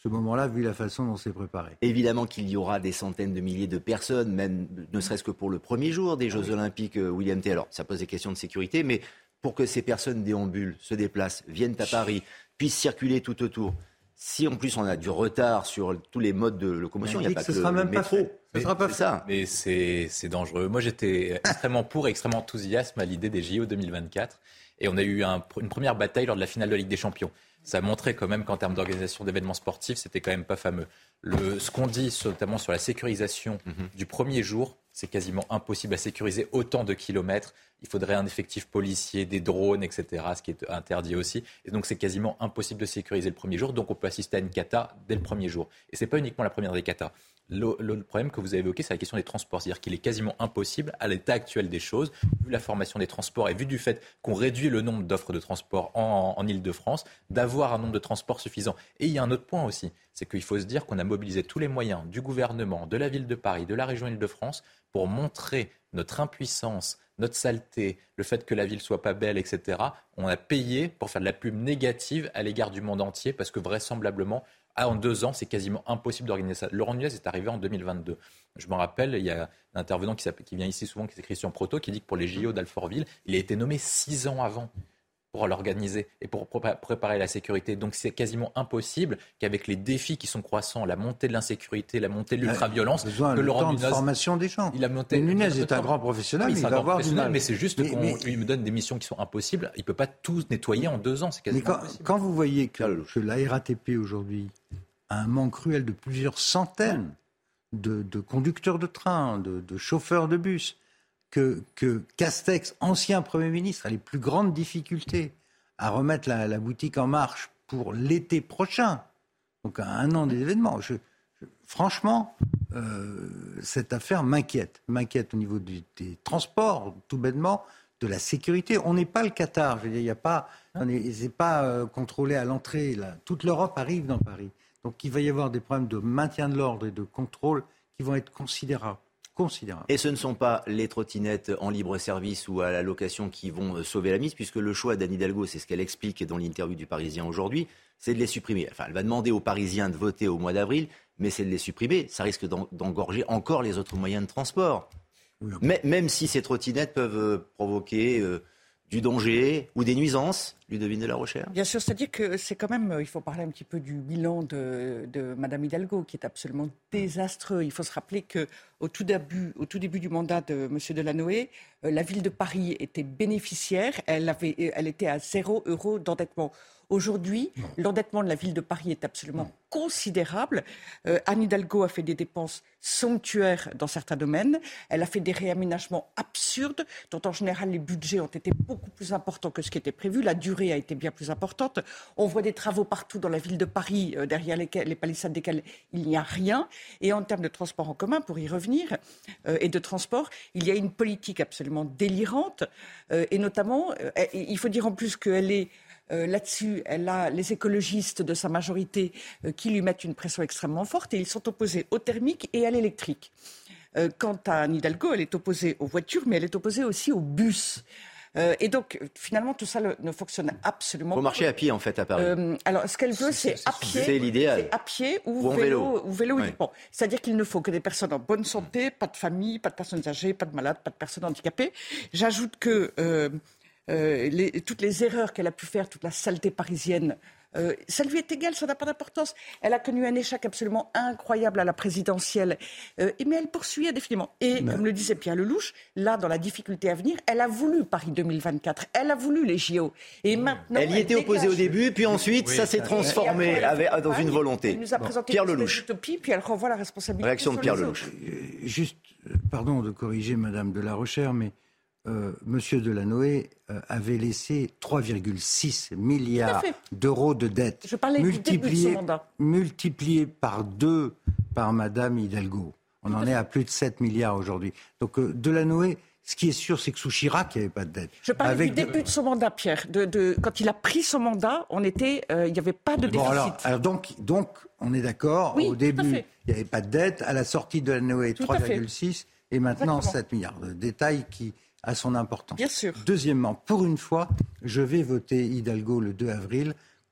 ce moment-là, vu la façon dont c'est préparé. Évidemment qu'il y aura des centaines de milliers de personnes, même ne serait-ce que pour le premier jour des Jeux Olympiques, William T. Alors, ça pose des questions de sécurité, mais pour que ces personnes déambulent, se déplacent, viennent à Paris, puissent circuler tout autour, si en plus on a du retard sur tous les modes de locomotion, il n'y a pas que le métro. Mais, sera pas c'est ça. Mais c'est, c'est dangereux. Moi, j'étais extrêmement pour et extrêmement enthousiaste à l'idée des J O deux mille vingt-quatre. Et on a eu un, une première bataille lors de la finale de la Ligue des Champions. Ça a montré quand même qu'en termes d'organisation d'événements sportifs, c'était quand même pas fameux. Le, ce qu'on dit, notamment sur la sécurisation mm-hmm. du premier jour, c'est quasiment impossible à sécuriser autant de kilomètres. Il faudrait un effectif policier, des drones, et cetera, ce qui est interdit aussi. Et donc, c'est quasiment impossible de sécuriser le premier jour. Donc, on peut assister à une cata dès le premier jour. Et ce n'est pas uniquement la première des catas. Le, le problème que vous avez évoqué, c'est la question des transports. C'est-à-dire qu'il est quasiment impossible, à l'état actuel des choses, vu la formation des transports et vu du fait qu'on réduit le nombre d'offres de transport en, en Ile-de-France, d'avoir un nombre de transports suffisant. Et il y a un autre point aussi, c'est qu'il faut se dire qu'on a mobilisé tous les moyens du gouvernement, de la ville de Paris, de la région Ile-de-France, pour montrer notre impuissance, notre saleté, le fait que la ville soit pas belle, et cetera. On a payé pour faire de la pub négative à l'égard du monde entier, parce que vraisemblablement, en deux ans, c'est quasiment impossible d'organiser ça. Laurent Nunez est arrivé en deux mille vingt-deux. Je me rappelle, il y a un intervenant qui, qui vient ici souvent, qui est Christian Proto, qui dit que pour les J O d'Alfortville, il a été nommé six ans avant pour l'organiser et pour préparer la sécurité. Donc c'est quasiment impossible qu'avec les défis qui sont croissants, la montée de l'insécurité, la montée de l'ultra-violence, il a besoin que le Laurent temps Nunez, de formation des gens. Il a monté. Mais Nunez est un grand professionnel, oui, il va va avoir du mal. Mais c'est juste mais, qu'on mais, lui me donne des missions qui sont impossibles. Il ne peut pas tout nettoyer en deux ans. C'est quasiment mais quand, impossible. Quand vous voyez que, que la R A T P aujourd'hui a un manque cruel de plusieurs centaines de, de conducteurs de train, de, de chauffeurs de bus, que, que Castex, ancien Premier ministre, a les plus grandes difficultés à remettre la, la boutique en marche pour l'été prochain, donc à un an des événements. Je, je, franchement, euh, cette affaire m'inquiète. M'inquiète au niveau du, des transports, tout bêtement, de la sécurité. On n'est pas le Qatar. Je veux dire, il n'y a pas, on est, c'est pas euh, contrôlé à l'entrée. Là. Toute l'Europe arrive dans Paris. Donc il va y avoir des problèmes de maintien de l'ordre et de contrôle qui vont être considérables. Considérable. Et ce ne sont pas les trottinettes en libre service ou à la location qui vont sauver la mise, puisque le choix d'Anne Hidalgo, c'est ce qu'elle explique dans l'interview du Parisien aujourd'hui, c'est de les supprimer. Enfin, elle va demander aux Parisiens de voter au mois d'avril, mais c'est de les supprimer. Ça risque d'engorger encore les autres moyens de transport. Oui, okay. Mais, même si ces trottinettes peuvent provoquer euh, du danger ou des nuisances, Ludovine de la Rochère. Bien sûr, c'est-à-dire que c'est quand même, il faut parler un petit peu du bilan de, de Mme Hidalgo, qui est absolument désastreux. Il faut se rappeler qu'au tout début, au tout début du mandat de M. Delanoë, euh, la ville de Paris était bénéficiaire, elle, avait, elle était à zéro euro d'endettement. Aujourd'hui, non. l'endettement de la ville de Paris est absolument non. considérable. Euh, Anne Hidalgo a fait des dépenses somptuaires dans certains domaines. Elle a fait des réaménagements absurdes, dont en général les budgets ont été beaucoup plus importants que ce qui était prévu. La durée a été bien plus importante. On voit des travaux partout dans la ville de Paris, euh, derrière lesquels, les palissades desquelles il n'y a rien. Et en termes de transport en commun, pour y revenir, euh, et de transport, il y a une politique absolument délirante. Euh, et notamment, euh, il faut dire en plus qu'elle est... Euh, là-dessus, elle a les écologistes de sa majorité euh, qui lui mettent une pression extrêmement forte et ils sont opposés au thermique et à l'électrique. Euh, quant à Anne Hidalgo, elle est opposée aux voitures, mais elle est opposée aussi aux bus. Euh, et donc, finalement, tout ça le, ne fonctionne absolument pas. Il faut marcher à pied, en fait, à Paris. Euh, alors, ce qu'elle veut, c'est, c'est à pied. C'est l'idéal. C'est à pied ou, ou vélo, vélo. Ou vélo ouais. uniquement. C'est-à-dire qu'il ne faut que des personnes en bonne santé, pas de famille, pas de personnes âgées, pas de malades, pas de personnes handicapées. J'ajoute que... Euh, Euh, les, toutes les erreurs qu'elle a pu faire, toute la saleté parisienne, euh, ça lui est égal, ça n'a pas d'importance. Elle a connu un échec absolument incroyable à la présidentielle, euh, mais elle poursuit indéfiniment. Et mais... comme le disait Pierre Lelouch, là, dans la difficulté à venir, elle a voulu Paris deux mille vingt-quatre, elle a voulu les J O. Et maintenant, elle y était elle opposée au début, puis ensuite, oui, ça s'est transformé avec, dans une volonté. Elle nous a bon. présenté Pierre une Lelouch. utopie, puis elle renvoie la responsabilité. Réaction de Pierre Lelouch. Juste, pardon de corriger Madame de la Rochère, mais Euh, Monsieur Delanoë euh, avait laissé trois virgule six milliards d'euros de dettes. Je parlais du début de son mandat. Multipliés par deux par Madame Hidalgo. On Tout en est à plus de sept milliards aujourd'hui. Donc euh, Delanoë, ce qui est sûr, c'est que sous Chirac, il n'y avait pas de dette. Je parlais Avec du début de... de son mandat, Pierre. De, de, quand il a pris son mandat, on était, euh, il n'y avait pas de bon, déficit. Alors, alors donc, donc, on est d'accord. Oui, au début, il n'y avait pas de dette. À la sortie de Delanoë, trois virgule six et maintenant Exactement. sept milliards. De détail qui... à son importance. Bien sûr. Deuxièmement, pour une fois, je vais voter Hidalgo le deux avril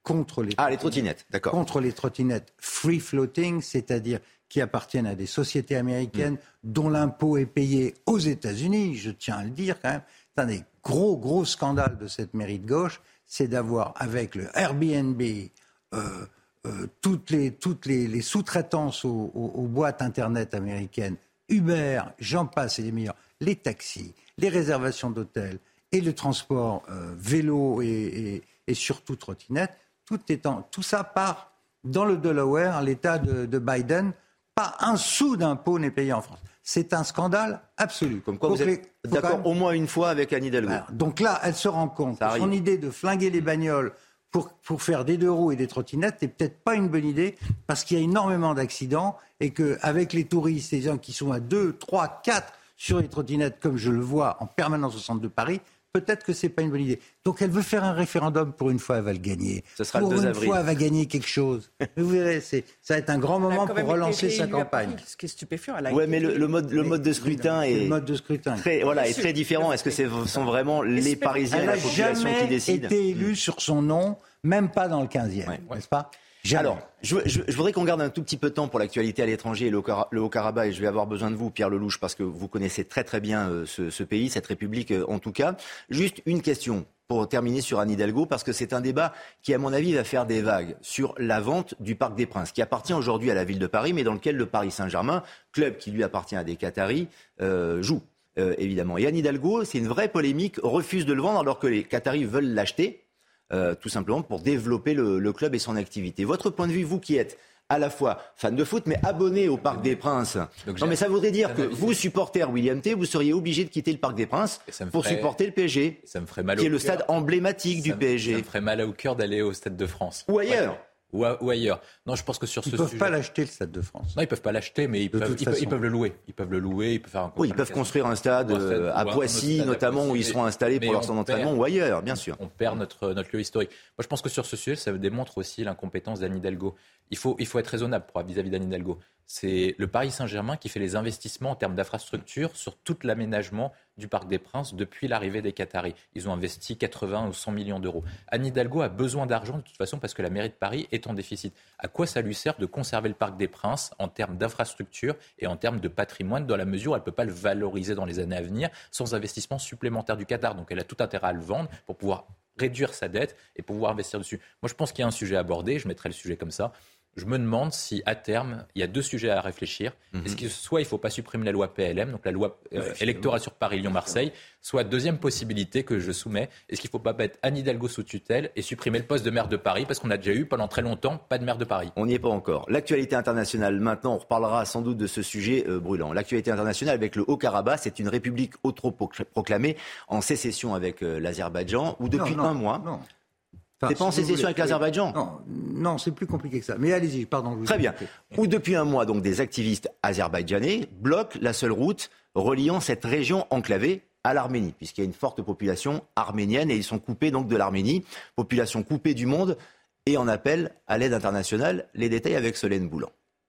contre les ah les trottinettes, d'accord. Contre les trottinettes free floating, c'est-à-dire qui appartiennent à des sociétés américaines mmh. dont l'impôt est payé aux États-Unis. Je tiens à le dire quand même. C'est un des gros gros scandales de cette mairie de gauche, c'est d'avoir avec le Airbnb euh, euh, toutes les toutes les, les sous-traitances aux, aux, aux boîtes internet américaines, Uber, j'en passe et les meilleurs, les taxis, les réservations d'hôtels et le transport euh, vélo et, et, et surtout trottinette. Tout, étant, tout ça part dans le Delaware, l'État de, de Biden. Pas un sou d'impôt n'est payé en France. C'est un scandale absolu. Comme quoi, donc vous êtes les, d'accord même... au moins une fois avec Anne Hidalgo. Alors, donc là, elle se rend compte que son idée de flinguer les bagnoles pour, pour faire des deux roues et des trottinettes n'est peut-être pas une bonne idée parce qu'il y a énormément d'accidents et qu'avec les touristes, les gens qui sont à deux, trois, quatre sur les trottinettes, comme je le vois en permanence au centre de Paris, peut-être que c'est pas une bonne idée. Donc elle veut faire un référendum, pour une fois elle va le gagner. Ce sera pour le deux une avril. fois elle va gagner quelque chose. Vous verrez, c'est, ça va être un grand moment pour relancer sa campagne. Ce qui est stupéfiant. Oui, mais le, le, mode, le mode de scrutin est, le mode de scrutin. Très, voilà, est très différent. Est-ce que ce sont vraiment les Parisiens et la population qui décident ? Elle n'a jamais été élue sur son nom, même pas dans le quinzième, ouais. n'est-ce pas ? Jamais. Alors, je, je, je voudrais qu'on garde un tout petit peu de temps pour l'actualité à l'étranger et le, le Haut-Karabakh. Et je vais avoir besoin de vous, Pierre Lelouch, parce que vous connaissez très très bien euh, ce, ce pays, cette république euh, en tout cas. Juste une question pour terminer sur Anne Hidalgo, parce que c'est un débat qui, à mon avis, va faire des vagues sur la vente du Parc des Princes, qui appartient aujourd'hui à la ville de Paris, mais dans lequel le Paris Saint-Germain, club qui lui appartient à des Qataris, euh, joue. Euh, évidemment. Et Anne Hidalgo, c'est une vraie polémique, refuse de le vendre alors que les Qataris veulent l'acheter. Euh, tout simplement pour développer le, le club et son activité. Votre point de vue, vous qui êtes à la fois fan de foot, mais abonné au Parc des Princes, donc non mais ça voudrait dire que vous, supporter William T, vous seriez obligé de quitter le Parc des Princes pour ferait... supporter le P S G, ça me ferait mal qui au est le cœur. stade emblématique ça du me, P S G. Ça me ferait mal au cœur d'aller au Stade de France. Ou ailleurs. Ouais. Ou, à, ou ailleurs. Non, je pense que sur ils ce peuvent sujet... Ils ne peuvent pas l'acheter, le Stade de France. Non, ils ne peuvent pas l'acheter, mais ils peuvent, ils, peuvent, ils peuvent le louer. Ils peuvent le louer, ils peuvent faire un... Oui, ils peuvent construire un stade, un stade à Poissy, notamment, à Poissy, où ils seront installés pour leur centre d'entraînement, ou ailleurs, bien sûr. On perd notre, notre lieu historique. Moi, je pense que sur ce sujet, ça démontre aussi l'incompétence d'Anne Hidalgo. Il faut, il faut être raisonnable pour, vis-à-vis d'Anne Hidalgo. C'est le Paris Saint-Germain qui fait les investissements en termes d'infrastructure sur tout l'aménagement du Parc des Princes depuis l'arrivée des Qataris. Ils ont investi quatre-vingts ou cent millions d'euros. Anne Hidalgo a besoin d'argent de toute façon parce que la mairie de Paris est en déficit. À quoi ça lui sert de conserver le Parc des Princes en termes d'infrastructure et en termes de patrimoine dans la mesure où elle ne peut pas le valoriser dans les années à venir sans investissement supplémentaire du Qatar. Donc elle a tout intérêt à le vendre pour pouvoir réduire sa dette et pouvoir investir dessus. Moi je pense qu'il y a un sujet à aborder, je mettrai le sujet comme ça. Je me demande si, à terme, il y a deux sujets à réfléchir. Mm-hmm. Est-ce que soit il ne faut pas supprimer la loi P L M, donc la loi euh, électorale sur Paris, Lyon, Marseille, soit deuxième possibilité que je soumets, est-ce qu'il ne faut pas mettre Anne Hidalgo sous tutelle et supprimer le poste de maire de Paris, parce qu'on a déjà eu pendant très longtemps pas de maire de Paris. On n'y est pas encore. L'actualité internationale, maintenant, on reparlera sans doute de ce sujet euh, brûlant. L'actualité internationale avec le Haut-Karabakh, c'est une république autoproclamée en sécession avec euh, l'Azerbaïdjan, où depuis non, non, un mois... Non. Enfin, c'est pas en si sécession avec l'Azerbaïdjan ? Non, non, c'est plus compliqué que ça. Mais allez-y, pardon. Très bien. Où depuis un mois, donc, des activistes azerbaïdjanais bloquent la seule route reliant cette région enclavée à l'Arménie, puisqu'il y a une forte population arménienne et ils sont coupés donc de l'Arménie, population coupée du monde et en appel à l'aide internationale. Les détails avec Solène Boulan.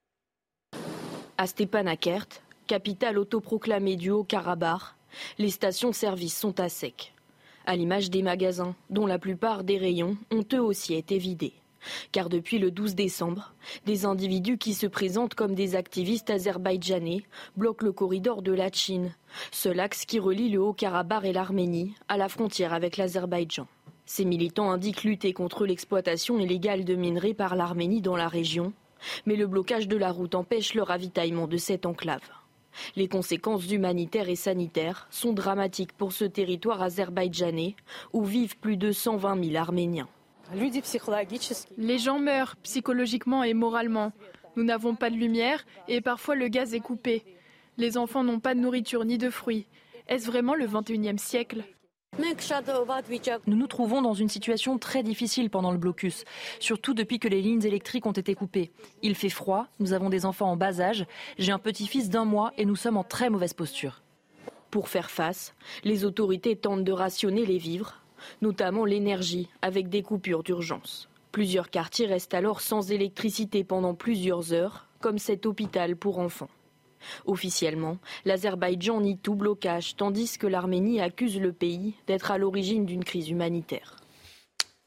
À Stepanakert, capitale autoproclamée du Haut-Karabakh, les stations-service sont à sec. À l'image des magasins, dont la plupart des rayons ont eux aussi été vidés. Car depuis le douze décembre, des individus qui se présentent comme des activistes azerbaïdjanais bloquent le corridor de Latchine, seul axe qui relie le Haut-Karabakh et l'Arménie à la frontière avec l'Azerbaïdjan. Ces militants indiquent lutter contre l'exploitation illégale de minerais par l'Arménie dans la région, mais le blocage de la route empêche le ravitaillement de cette enclave. Les conséquences humanitaires et sanitaires sont dramatiques pour ce territoire azerbaïdjanais où vivent plus de cent vingt mille Arméniens. Les gens meurent psychologiquement et moralement. Nous n'avons pas de lumière et parfois le gaz est coupé. Les enfants n'ont pas de nourriture ni de fruits. Est-ce vraiment le vingt et unième siècle ? Nous nous trouvons dans une situation très difficile pendant le blocus, surtout depuis que les lignes électriques ont été coupées. Il fait froid, nous avons des enfants en bas âge, j'ai un petit-fils d'un mois et nous sommes en très mauvaise posture. Pour faire face, les autorités tentent de rationner les vivres, notamment l'énergie, avec des coupures d'urgence. Plusieurs quartiers restent alors sans électricité pendant plusieurs heures, comme cet hôpital pour enfants. Officiellement, l'Azerbaïdjan nie tout blocage, tandis que l'Arménie accuse le pays d'être à l'origine d'une crise humanitaire.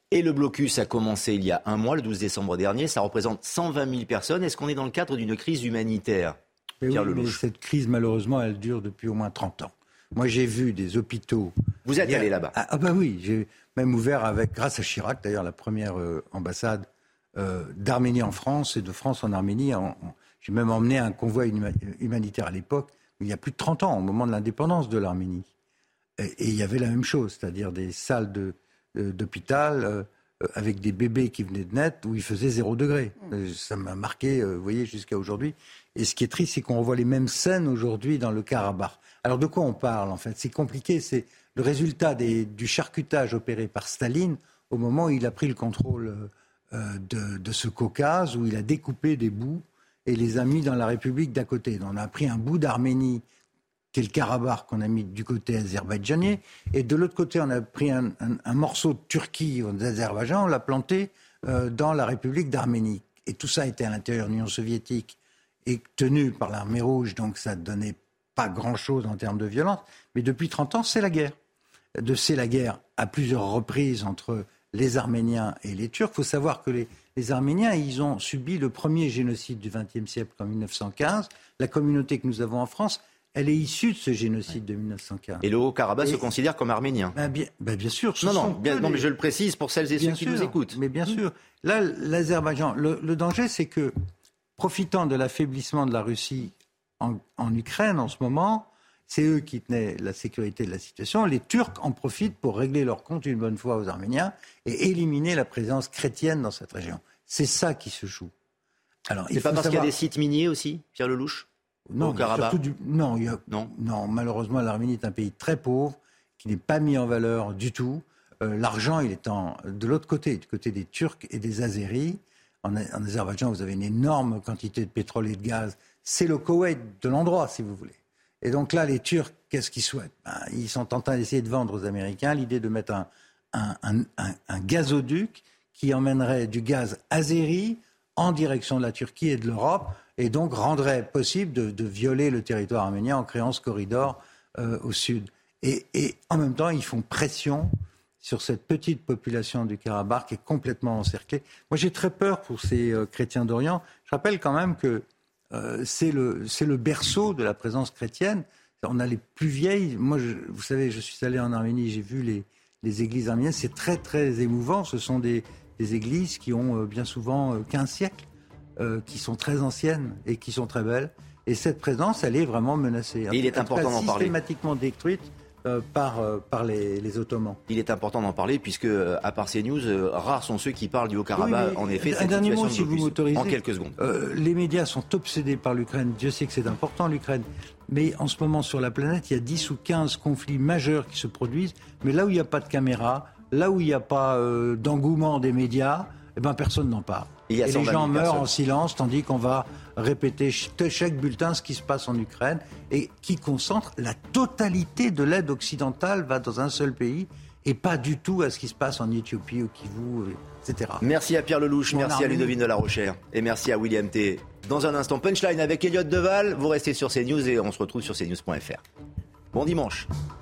Et le blocus a commencé il y a un mois, le douze décembre dernier. Ça représente cent vingt mille personnes. Est-ce qu'on est dans le cadre d'une crise humanitaire ? Mais oui, mais cette crise, malheureusement, elle dure depuis au moins trente ans. Moi, j'ai vu des hôpitaux... Vous êtes a... allé là-bas ? Ah, ah bah oui, j'ai même ouvert avec, grâce à Chirac, d'ailleurs, la première euh, ambassade euh, d'Arménie en France et de France en Arménie. En, en... J'ai même emmené un convoi huma... humanitaire à l'époque, il y a plus de trente ans, au moment de l'indépendance de l'Arménie. Et, et il y avait la même chose, c'est-à-dire des salles de, de, d'hôpital euh, avec des bébés qui venaient de naître où il faisait zéro degré. Mmh. Ça m'a marqué, euh, vous voyez, jusqu'à aujourd'hui. Et ce qui est triste, c'est qu'on revoit les mêmes scènes aujourd'hui dans le Karabakh. Alors de quoi on parle en fait ? C'est compliqué, c'est le résultat des, du charcutage opéré par Staline au moment où il a pris le contrôle euh, de, de ce Caucase, où il a découpé des bouts et les a mis dans la République d'à côté. On a pris un bout d'Arménie, qui est le Karabakh, qu'on a mis du côté azerbaïdjanais, et de l'autre côté, on a pris un, un, un morceau de Turquie, d'Azerbaïdjan, on l'a planté euh, dans la République d'Arménie. Et tout ça était à l'intérieur de l'Union soviétique et tenu par l'armée rouge, donc ça ne donnait pas grand-chose en termes de violence. Mais depuis trente ans, c'est la guerre. De, c'est la guerre à plusieurs reprises entre les Arméniens et les Turcs. Il faut savoir que les, les Arméniens, ils ont subi le premier génocide du vingtième siècle en mille neuf cent quinze. La communauté que nous avons en France, elle est issue de ce génocide de mille neuf cent quinze. Et le Haut-Karabakh et... se considère comme arménien. Ben bien, ben bien sûr. Non, non, bien, non, mais je le précise pour celles et ceux qui sûr, nous écoutent. Mais bien sûr. Là, l'Azerbaïdjan, le, le danger, c'est que, profitant de l'affaiblissement de la Russie en, en Ukraine en ce moment, c'est eux qui tenaient la sécurité de la situation. Les Turcs en profitent pour régler leur compte une bonne fois aux Arméniens et éliminer la présence chrétienne dans cette région. C'est ça qui se joue. Alors, c'est pas parce savoir... qu'il y a des sites miniers aussi, Pierre Lelouch ? Non, surtout du... non, il y a... non. non, malheureusement, l'Arménie est un pays très pauvre, qui n'est pas mis en valeur du tout. Euh, l'argent, il est en... de l'autre côté, du côté des Turcs et des Azéris. En, en Azerbaïdjan, vous avez une énorme quantité de pétrole et de gaz. C'est le Koweït de l'endroit, si vous voulez. Et donc là, les Turcs, qu'est-ce qu'ils souhaitent ? Ben, ils sont en train d'essayer de vendre aux Américains l'idée de mettre un, un, un, un, un gazoduc qui emmènerait du gaz azéri en direction de la Turquie et de l'Europe, et donc rendrait possible de, de violer le territoire arménien en créant ce corridor euh, au sud. Et, et en même temps, ils font pression sur cette petite population du Karabakh qui est complètement encerclée. Moi, j'ai très peur pour ces euh, chrétiens d'Orient. Je rappelle quand même que euh, c'est, le, c'est le berceau de la présence chrétienne. On a les plus vieilles. Moi, je, vous savez, je suis allé en Arménie, j'ai vu les, les églises arméniennes. C'est très, très émouvant. Ce sont des, des églises qui ont euh, bien souvent euh, quinze siècles. Euh, qui sont très anciennes et qui sont très belles. Et cette présence, elle est vraiment menacée. Et il est important d'en parler. Systématiquement détruite euh, par, euh, par les, les Ottomans. Il est important d'en parler puisque, à part ces news, euh, rares sont ceux qui parlent du Haut-Karabakh. Oui, en effet, un dernier mot, si vous m'autorisez. En quelques secondes. Euh, les médias sont obsédés par l'Ukraine. Dieu sait que c'est important, l'Ukraine. Mais en ce moment, sur la planète, il y a dix ou quinze conflits majeurs qui se produisent. Mais là où il n'y a pas de caméra, là où il n'y a pas euh, d'engouement des médias, eh ben, personne n'en parle. Et les gens meurent personnes. en silence, tandis qu'on va répéter chaque bulletin ce qui se passe en Ukraine et qui concentre la totalité de l'aide occidentale va dans un seul pays et pas du tout à ce qui se passe en Éthiopie, au Kivu, et cetera. Merci à Pierre Lelouch, Mon merci armée. à Ludovine de la Rochère et merci à William T. Dans un instant, Punchline avec Elliott Deval. Vous restez sur CNews et on se retrouve sur C News point F R. Bon dimanche.